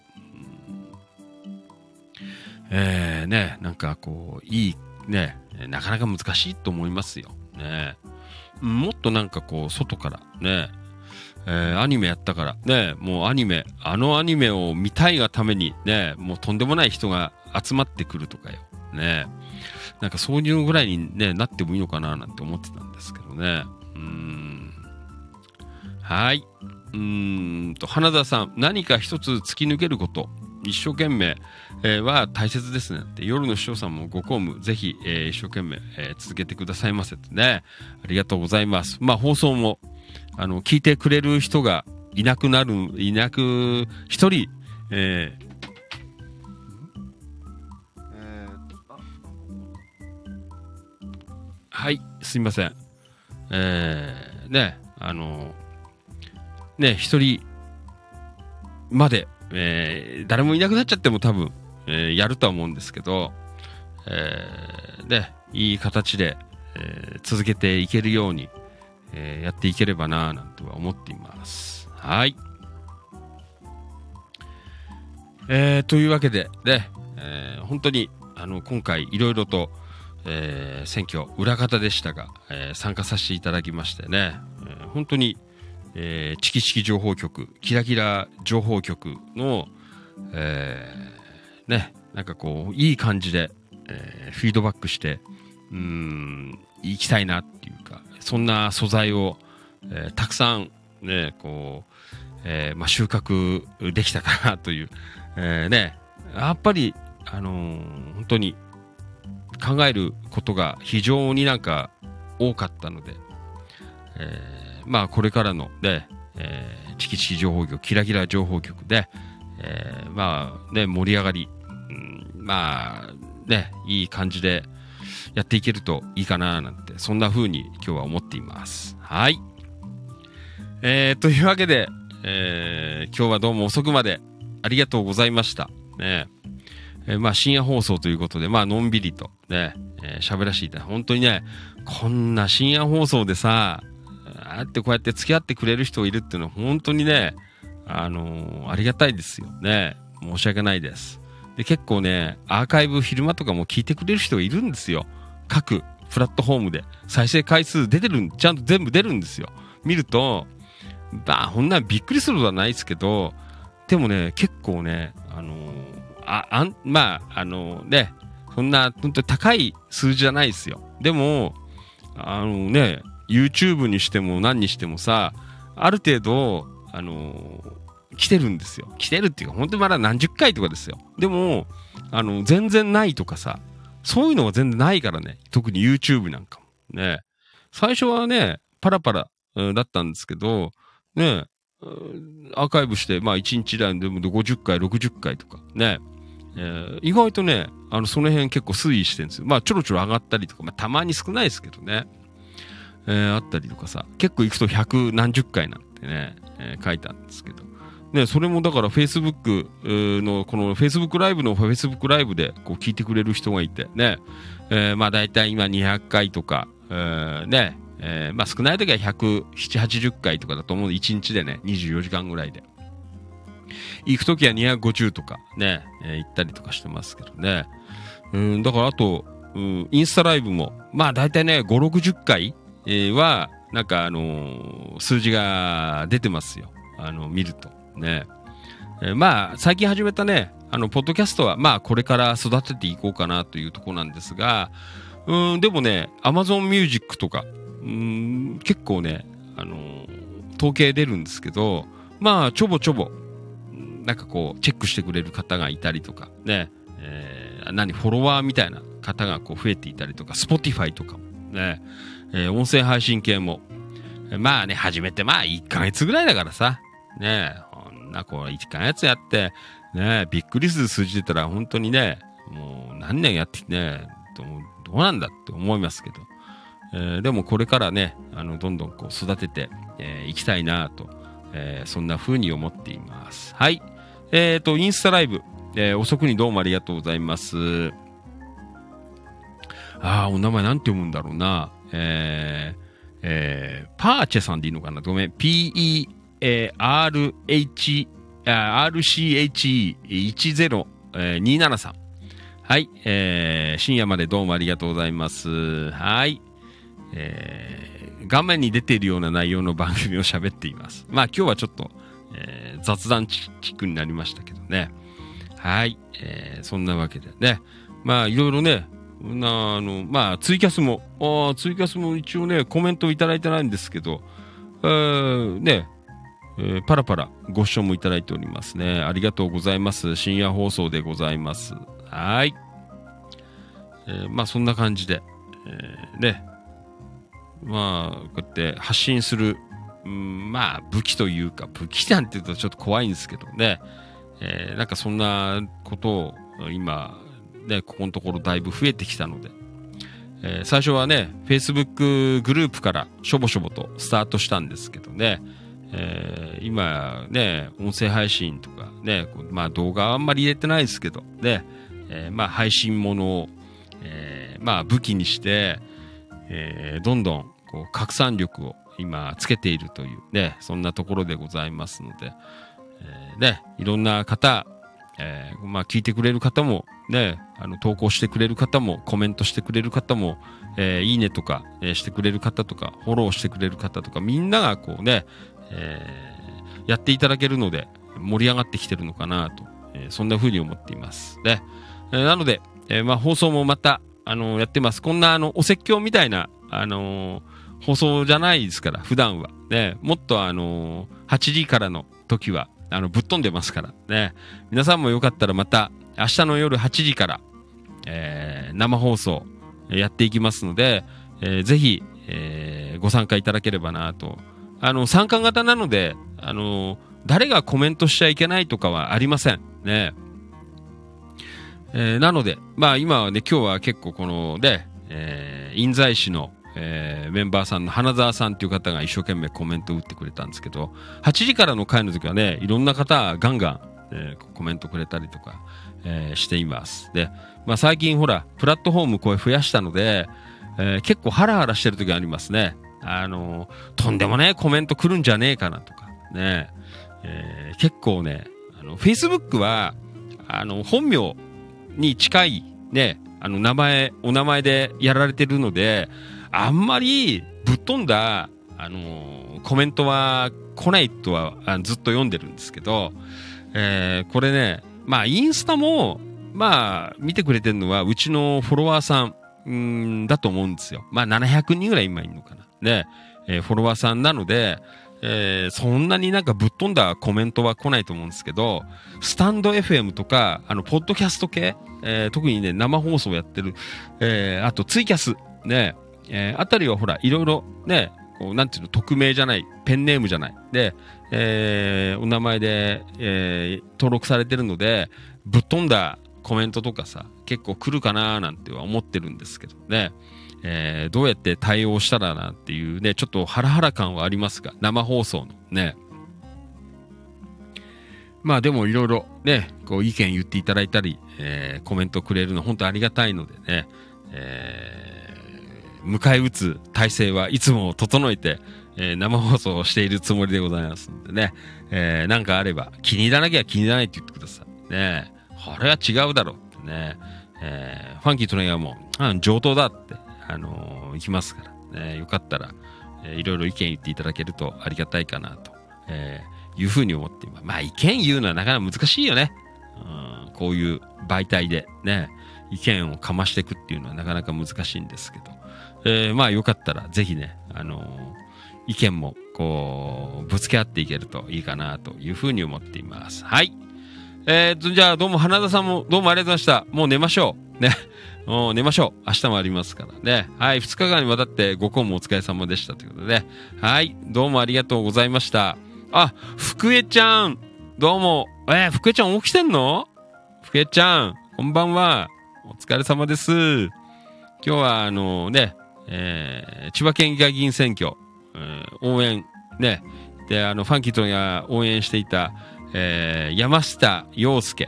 ね、なんかこう、いい、ね、なかなか難しいと思いますよ。ね。もっとなんかこう、外から、ね、アニメやったから、ね、もうアニメを見たいがために、ね、もうとんでもない人が集まってくるとかよ。ね。なんかそういうぐらいに、ね、なってもいいのかななんて思ってたんですけどね。はい。花田さん、何か一つ突き抜けること、一生懸命、は大切ですねって。夜の師匠さんもご公務、ぜひ、一生懸命、続けてくださいませってね。ありがとうございます。まあ、放送も、聞いてくれる人がいなく、一人、はい、すみません。ね、ね、一人まで、誰もいなくなっちゃっても多分、やるとは思うんですけど、ね、いい形で、続けていけるように、やっていければなぁなんては思っています。はい。というわけで、ね、本当に、今回いろいろと、選挙裏方でしたが、参加させていただきましてね、本当に、チキチキ情報局、キラキラ情報局の、ね、なんかこう、いい感じで、フィードバックして、行きたいなっていうか、そんな素材を、たくさん、ね、こう、まあ、収穫できたかなという、ね、やっぱり、本当に考えることが非常になんか多かったので、まあこれからのね、チキチキ情報局、キラキラ情報局で、まあね、盛り上がり、まあね、いい感じでやっていけるといいかななんて、そんな風に今日は思っています。はい。というわけで、 今日はどうも遅くまでありがとうございました。ねまあ深夜放送ということで、まあのんびりとね、喋らせていただいて、本当にね、こんな深夜放送でさ、あってこうやって付き合ってくれる人がいるっていうのは本当にね、ありがたいですよね。申し訳ないです。で、結構ね、アーカイブ昼間とかも聞いてくれる人がいるんですよ。各プラットフォームで再生回数出てるちゃんと全部出るんですよ。見ると、まあ、こんなびっくりすることはないですけど、でもね、結構ね、まあ、ね、そんな、本当に高い数字じゃないですよ。でも、ね、YouTube にしても何にしてもさ、ある程度、来てるんですよ。来てるっていうか、本当にまだ何十回とかですよ。でも、全然ないとかさ、そういうのは全然ないからね。特に YouTube なんかも。ね。最初はね、パラパラ、だったんですけど、ね、アーカイブして、まあ1日でも50回、60回とか、ね。意外とね、その辺結構推移してるんですよ。まあちょろちょろ上がったりとか、まあたまに少ないですけどね。あったりとかさ、結構行くと100何十回なんてね、書いてあるんですけど。ね、それもだから Facebook の、この Facebook ライブの Facebook ライブでこう聞いてくれる人がいて、ね、まあ大体今200回とか、ね、まあ少ない時は170、80回とかだと思うので、1日でね、24時間ぐらいで。行く時は250とかね、行ったりとかしてますけどね。だからあと、インスタライブも、まあ大体ね、5、60回、は、なんか数字が出てますよ。見ると。ね。まあ、最近始めたね、ポッドキャストは、まあ、これから育てていこうかなというところなんですが、でもね、Amazon Music とか、結構ね、統計出るんですけど、まあ、ちょぼちょぼ、なんかこう、チェックしてくれる方がいたりとか、ね、フォロワーみたいな方がこう増えていたりとか、Spotify とかもね、音声配信系も、まあね、始めてまあ1ヶ月ぐらいだからさ、ねえ、こんなこう1ヶ月やって、ねえ、びっくりする数字出たら本当にね、もう何年やってね、どうなんだって思いますけど、でもこれからね、どんどんこう育てていきたいなと、そんな風に思っています。はい。インスタライブ、遅くにどうもありがとうございます。お名前なんて読むんだろうな。パーチェさんでいいのかな、ごめん。RCHE1027 はい、深夜までどうもありがとうございます。はい、画面に出ているような内容の番組を喋っています。まあ今日はちょっと、雑談チックになりましたけどね。はい、そんなわけでね。まあいろいろね、まあ、ツイキャスも一応ね、コメントいただいてないんですけど、ね、パラパラご視聴もいただいておりますね。ありがとうございます。深夜放送でございます。はい。まあ、そんな感じで、ね、まあ、こうやって発信する、まあ、武器というか、武器なんて言うとちょっと怖いんですけどね、なんかそんなことを今、ね、ここのところだいぶ増えてきたので、最初はね、Facebook グループからしょぼしょぼとスタートしたんですけどね、今ね、音声配信とかね、まあ動画はあんまり入れてないですけど、ね、まあ配信ものを、まあ武器にして、どんどんこう拡散力を今つけているというね、そんなところでございますので、ね、いろんな方、まあ聞いてくれる方もね、投稿してくれる方もコメントしてくれる方も、いいねとか、してくれる方とかフォローしてくれる方とかみんながこうね、やっていただけるので盛り上がってきてるのかなと、そんな風に思っていますね。なので、まあ放送もまたやってます。こんなお説教みたいな放送じゃないですから普段はね、もっと8時からの時はぶっ飛んでますからね。皆さんもよかったらまた明日の夜8時から、生放送やっていきますので、ぜひ、ご参加いただければなと。参加型なので、誰がコメントしちゃいけないとかはありません。ね。なので、まあ今はね、今日は結構このね、印西市の、 メンバーさんの花澤さんっていう方が一生懸命コメントを打ってくれたんですけど、8時からの回の時はね、いろんな方ガンガン、コメントくれたりとか、しています。で、まあ最近ほら、プラットフォームこれ増やしたので、結構ハラハラしてる時ありますね。とんでもね、コメント来るんじゃねえかなとか、ね、結構ね、Facebook は、本名に近い、ね、お名前でやられてるので、あんまりぶっ飛んだ、コメントは来ないとはずっと読んでるんですけど、これね、まあ、インスタも、まあ、見てくれてるのは、うちのフォロワーさん、だと思うんですよ。まあ、700人ぐらい今いるのかな。で、フォロワーさんなので、そんなになんかぶっ飛んだコメントは来ないと思うんですけど、スタンド FM とか、ポッドキャスト系、特にね、生放送やってる、あとツイキャス、ね、あたりはほら、いろいろね、こう、なんていうの、匿名じゃない、ペンネームじゃない。で、お名前で、登録されてるので、ぶっ飛んだコメントとかさ、結構来るかなーなんては思ってるんですけどね。どうやって対応したらなっていうね、ちょっとハラハラ感はありますが、生放送のね。まあでもいろいろね、こう意見言っていただいたり、コメントくれるの本当ありがたいのでね、迎え撃つ体制はいつも整えて、生放送をしているつもりでございますのでね、なんかあれば気に入らなきゃ気に入らないって言ってくださいね。これは違うだろうってね、ファンキートレイヤーも、上等だって、行きますから、ね、よかったら、いろいろ意見言っていただけるとありがたいかなと、いうふうに思っています。まあ意見言うのはなかなか難しいよね。こういう媒体でね、意見をかましていくっていうのはなかなか難しいんですけど、まあよかったらぜひね、意見もこうぶつけ合っていけるといいかなというふうに思っています。はい。じゃあどうも花田さんもどうもありがとうございました。もう寝ましょう。ね。寝ましょう。明日もありますからね。はい。2日間にわたってご公務お疲れ様でしたということで。はい。どうもありがとうございました。あ、福江ちゃん。どうも。福江ちゃん起きてんの？福江ちゃん。こんばんは。お疲れ様です。今日はね、千葉県議会議員選挙、応援、ね。で、ファンキートが応援していた、山下洋介、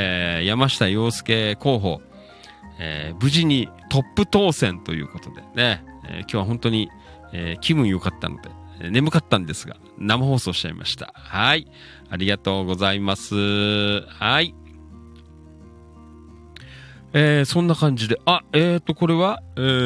候補、無事にトップ当選ということでね、今日は本当に、気分良かったので、眠かったんですが、生放送しちゃいました。はい。ありがとうございます。はい。そんな感じで、これは、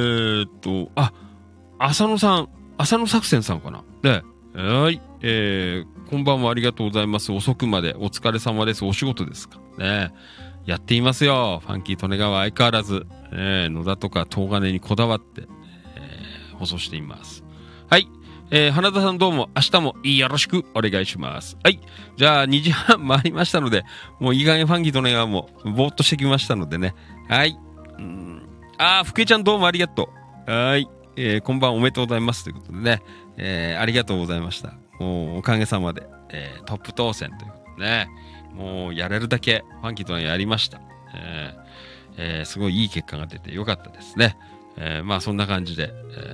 浅野作戦さんかな。ね。はい。こんばんはありがとうございます。遅くまでお疲れ様です。お仕事ですかね。やっていますよ。ファンキー利根川相変わらず、野田とか東金にこだわって、放送しています。はい。花田さんどうも明日もよろしくお願いします。はい。じゃあ2時半回りましたので、もういい加減ファンキー利根川もぼーっとしてきましたのでね。はい。福江ちゃんどうもありがとう。はい。こんばんおめでとうございますということでね。ありがとうございました。もうおかげさまで、トップ当選ということでね。もうやれるだけファンキーとはやりました。すごいいい結果が出てよかったですね。まあそんな感じで、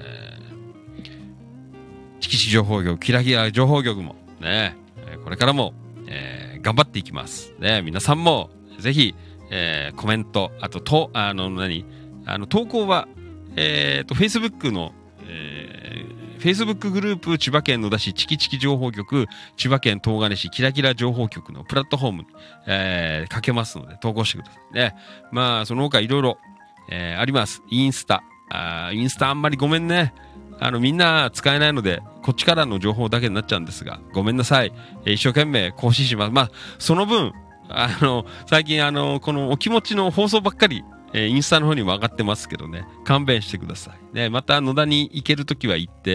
チキシ情報局、キラキラ情報局もね、これからも、頑張っていきます。ね、皆さんもぜひ、コメント、あと投稿は、Facebook の、Facebook グループ千葉県野田市チキチキ情報局千葉県東金市キラキラ情報局のプラットフォームに、かけますので投稿してくださいね。まあその他いろいろあります。インスタあんまりごめんね。みんな使えないのでこっちからの情報だけになっちゃうんですがごめんなさい。一生懸命更新します。まあその分最近このお気持ちの放送ばっかりインスタの方にも上がってますけどね、勘弁してください。ね、また野田に行けるときは行って、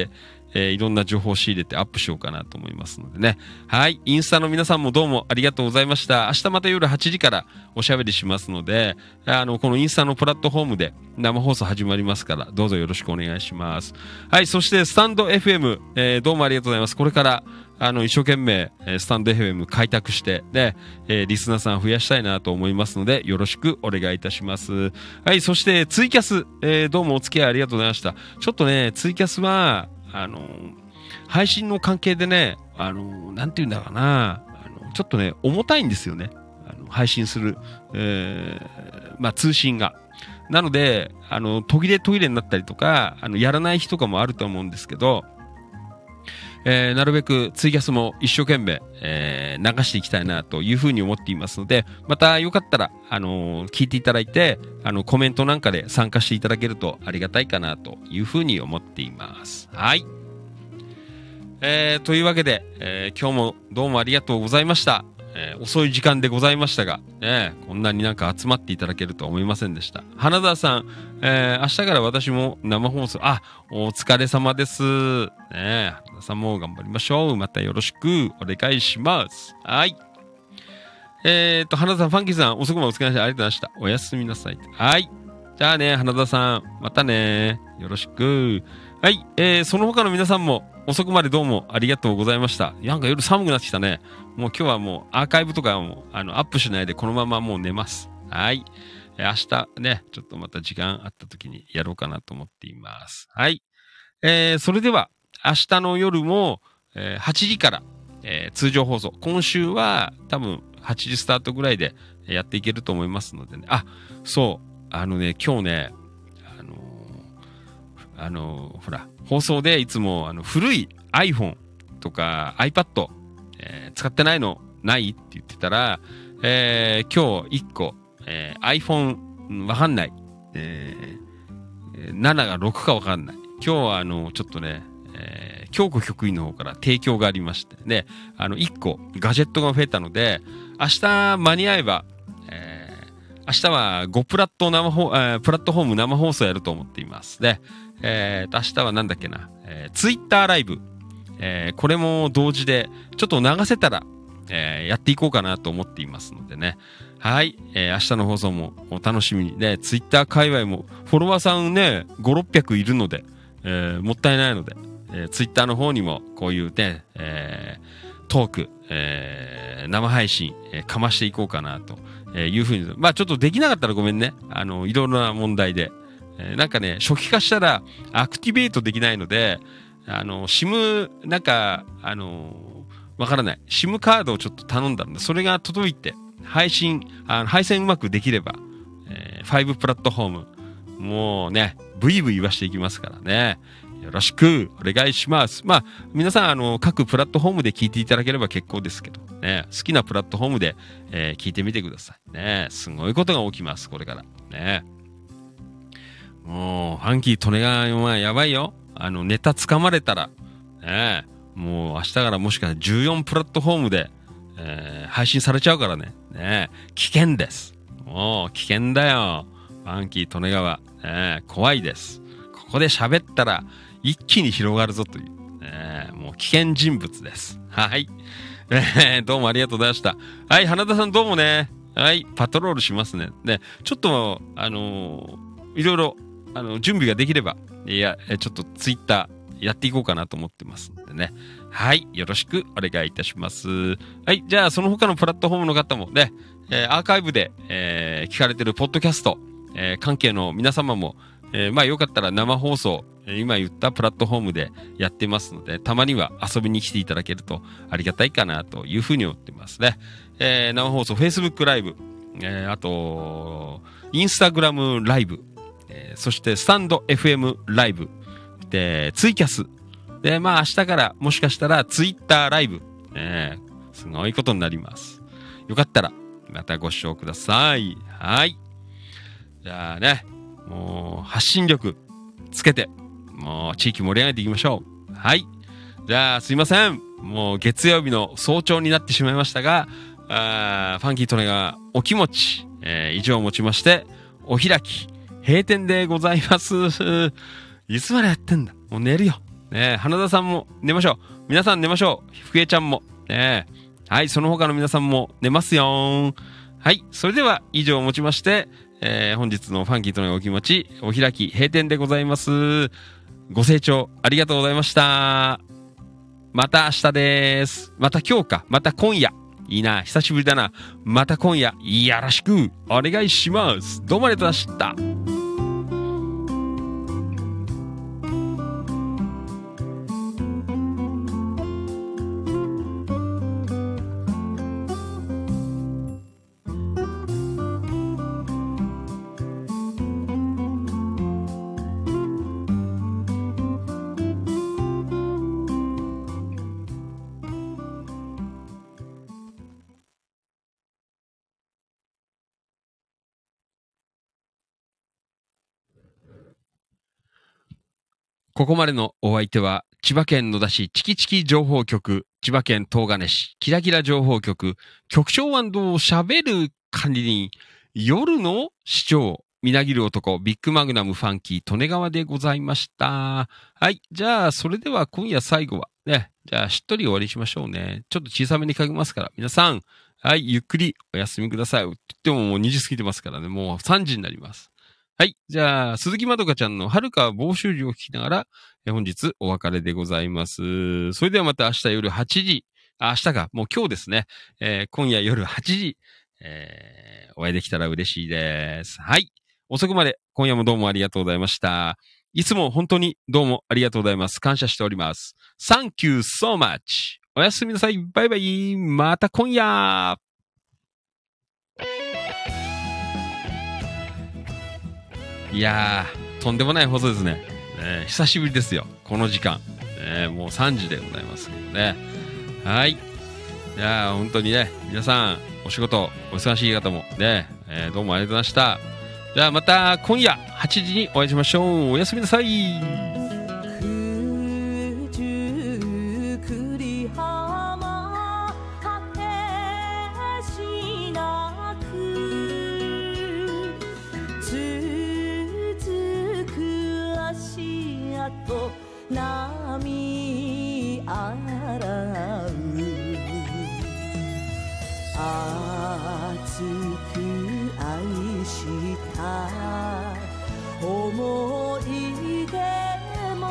いろんな情報を仕入れてアップしようかなと思いますのでね。はい。インスタの皆さんもどうもありがとうございました。明日また夜8時からおしゃべりしますので、このインスタのプラットフォームで生放送始まりますから、どうぞよろしくお願いします。はい。そして、スタンド FM、どうもありがとうございます。これから、一生懸命、スタンド FM 開拓して、で、リスナーさん増やしたいなと思いますので、よろしくお願いいたします。はい。そして、ツイキャス、どうもお付き合いありがとうございました。ちょっとね、ツイキャスは、配信の関係でね、なんて言うんだろうな、ちょっとね、重たいんですよね。配信する、通信が。なので、途切れになったりとか、やらない日とかもあると思うんですけど、なるべくツイキャスも一生懸命、流していきたいなというふうに思っていますので、またよかったら、聞いていただいて、コメントなんかで参加していただけるとありがたいかなというふうに思っています。はい。というわけで、今日もどうもありがとうございました。遅い時間でございましたが、こんなになんか集まっていただけるとは思いませんでした。花田さん、明日から私も生放送、お疲れ様です。花田さんも頑張りましょう。またよろしくお願いします。はい。花田さん、ファンキーさん、遅くまでお疲れ様でした。ありがとうございました。おやすみなさい。はい。じゃあね、花田さん、またね。よろしく。はい。その他の皆さんも、遅くまでどうもありがとうございました。なんか夜寒くなってきたね。もう今日はもうアーカイブとかもアップしないでこのままもう寝ます。はい。明日ね、ちょっとまた時間あった時にやろうかなと思っています。はい。それでは明日の夜も、8時から、通常放送。今週は多分8時スタートぐらいでやっていけると思いますのでね。そう。今日ね、ほら、放送でいつも古い iPhone とか iPad、使ってないのないって言ってたら、今日1個、iPhone わかんない、7が6かわかんない。今日はちょっとね、京子局員の方から提供がありまして、で、1個ガジェットが増えたので、明日間に合えば、明日は5プラットフォーム生放送やると思っています。で、明日はなんだっけな、ツイッターライブ、これも同時で、ちょっと流せたら、やっていこうかなと思っていますのでね。はい、明日の放送もお楽しみに。で、ツイッター界隈も、フォロワーさんね、5、600いるので、もったいないので、ツイッターの方にも、こういうね、トーク、生配信、かましていこうかなというふうに。ちょっとできなかったらごめんね。いろいろな問題で。なんかね、初期化したらアクティベートできないので、SIM、なんか、わからない。SIM カードをちょっと頼んだので、それが届いて、配線うまくできれば、5プラットフォーム、もうね、ブイブイ言わしていきますからね。よろしくお願いします。皆さん、各プラットフォームで聞いていただければ結構ですけど、ね、好きなプラットフォームで、聞いてみてください。ね、すごいことが起きます、これから。ね。もう、ファンキートネガーはやばいよ。ネタ掴まれたら、ね、もう明日からもしかしたら14プラットフォームで、配信されちゃうからね。ね、危険です。もう、危険だよ。ファンキートネガーは、ね、怖いです。ここで喋ったら、一気に広がるぞという、もう危険人物です。はい。どうもありがとうございました。はい、花田さんどうもね。はい、パトロールしますね。で、ちょっと、いろいろ、準備ができれば、ちょっとツイッターやっていこうかなと思ってますんでね。はい、よろしくお願いいたします。はい、じゃあその他のプラットフォームの方もね、アーカイブで、聞かれてるポッドキャスト、関係の皆様も、よかったら生放送、今言ったプラットフォームでやってますので、たまには遊びに来ていただけるとありがたいかなというふうに思ってますね。生放送、Facebook ライブ、あと、Instagram ライブ、そしてスタンド FM ライブ、で、ツイキャス、で、明日からもしかしたらツイッターライブ、すごいことになります。よかったら、またご視聴ください。はい。じゃあね、もう発信力つけて、もう地域盛り上げていきましょう。はい。じゃあすいません。もう月曜日の早朝になってしまいましたが、ファンキートネがお気持ち、以上をもちまして、お開き、閉店でございます。いつまでやってんだ。もう寝るよ。 ね、花田さんも寝ましょう。皆さん寝ましょう。ふえちゃんも。ね、はい、その他の皆さんも寝ますよ。はい、それでは以上をもちまして、本日のファンキーとのお気持ち、お開き、閉店でございます。ご清聴ありがとうございました。また明日です。また今日か。また今夜。いいな。久しぶりだな。また今夜、よろしくお願いします。どうもありがとうございました。ここまでのお相手は、千葉県野田市チキチキ情報局、千葉県東金市キラキラ情報局、局長喋る管理人、夜の市長、みなぎる男、ビッグマグナムファンキー、利根川でございました。はい。じゃあ、それでは今夜最後は、ね、じゃあ、しっとり終わりしましょうね。ちょっと小さめにかけますから、皆さん、はい、ゆっくりお休みください。と言ってももう2時過ぎてますからね、もう3時になります。はい。じゃあ、鈴木まどかちゃんの遥か房州時を聞きながら、本日お別れでございます。それではまた明日夜8時、明日か、もう今日ですね。今夜夜8時、お会いできたら嬉しいです。はい。遅くまで今夜もどうもありがとうございました。いつも本当にどうもありがとうございます。感謝しております。Thank you so much. おやすみなさい。バイバイ。また今夜。いやー、とんでもない放送ですね。久しぶりですよ。この時間。もう3時でございますけどね。はい。いやー、本当にね、皆さん、お仕事、お忙しい方もね、どうもありがとうございました。じゃあまた今夜8時にお会いしましょう。おやすみなさい。 波洗う熱く愛した思い出も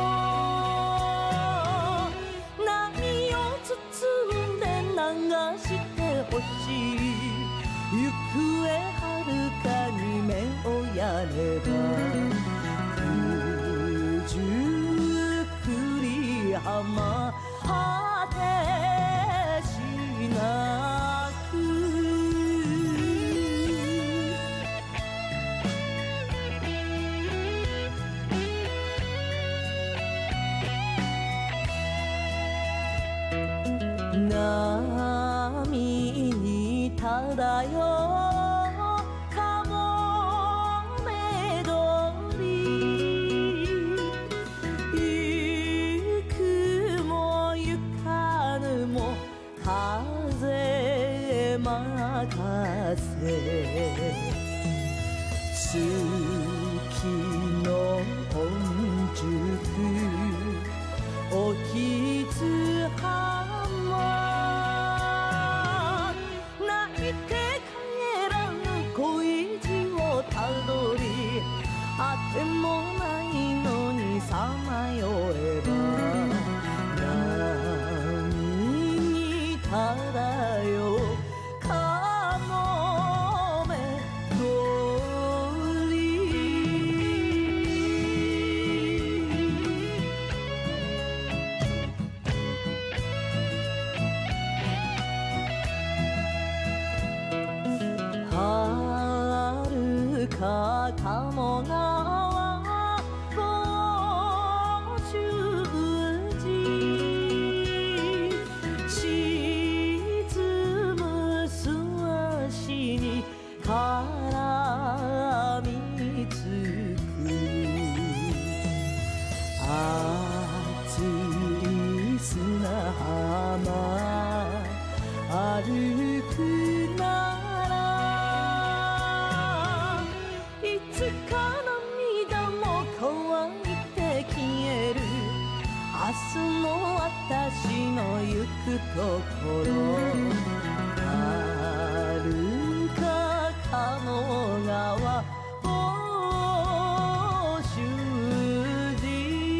波を包んで流してほしい行方遥かに目をやれば浜果てしなく波に漂う月の本宿おきつ浜泣いて帰らぬ恋路をたどりあてもないのにさまよえば波に漂う鴨川房州路沈む素足に絡みつく熱い砂浜歩くならいつか遥か鴨川奥州路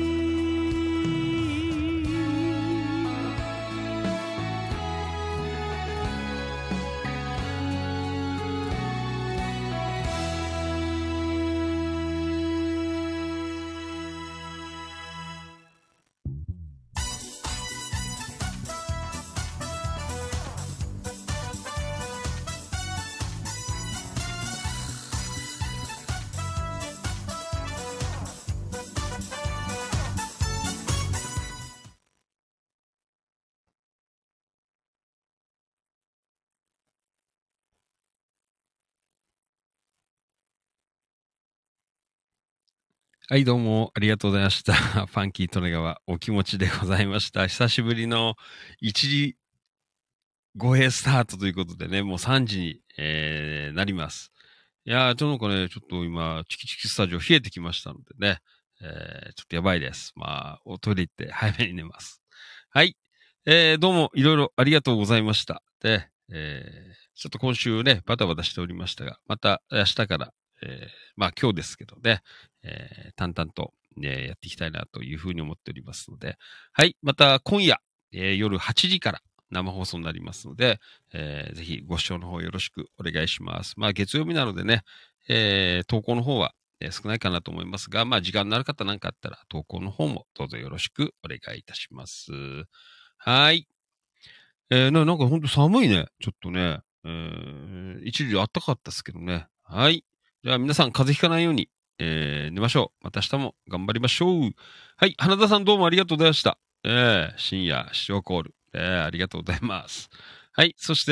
はい、どうもありがとうございました。ファンキー利根川お気持ちでございました。久しぶりの1時護衛スタートということでね、もう3時に、なります。いやー、ちょっとね、ちょっと今、チキチキスタジオ冷えてきましたのでね、ちょっとやばいです。まあ、おトイレ行って早めに寝ます。はい。どうもいろいろありがとうございました。で、ちょっと今週ね、バタバタしておりましたが、また明日から、まあ今日ですけどね、淡々と、ね、やっていきたいなというふうに思っておりますので、はい。また今夜、夜8時から生放送になりますので、ぜひご視聴の方よろしくお願いします。まあ月曜日なのでね、投稿の方は、少ないかなと思いますが、まあ時間のある方なんかあったら投稿の方もどうぞよろしくお願いいたします。はい。なんかほんと寒いね。ちょっとね。一時暖かかったですけどね。はい。じゃあ皆さん風邪ひかないように、寝ましょう。また明日も頑張りましょう。はい。花田さんどうもありがとうございました。深夜、視聴コール。ありがとうございます。はい。そして、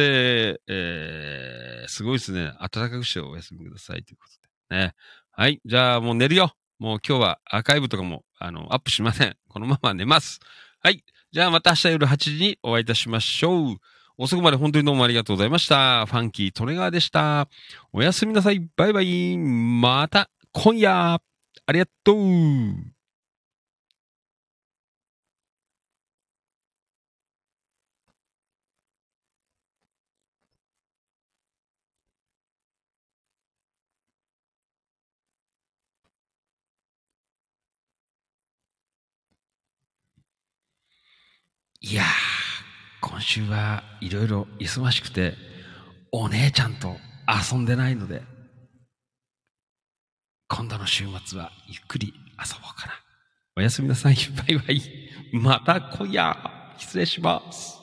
すごいですね。暖かくしてお休みくださいということで。ね。はい。じゃあもう寝るよ。もう今日はアーカイブとかも、アップしません。このまま寝ます。はい。じゃあまた明日夜8時にお会いいたしましょう。遅くまで本当にどうもありがとうございました。ファンキー・利根川でした。おやすみなさい。バイバイ。また今夜。ありがとう。いやー、今週はいろいろ忙しくて、お姉ちゃんと遊んでないので、今度の週末はゆっくり遊ぼうかな。おやすみなさい。バイバイ。また今夜。失礼します。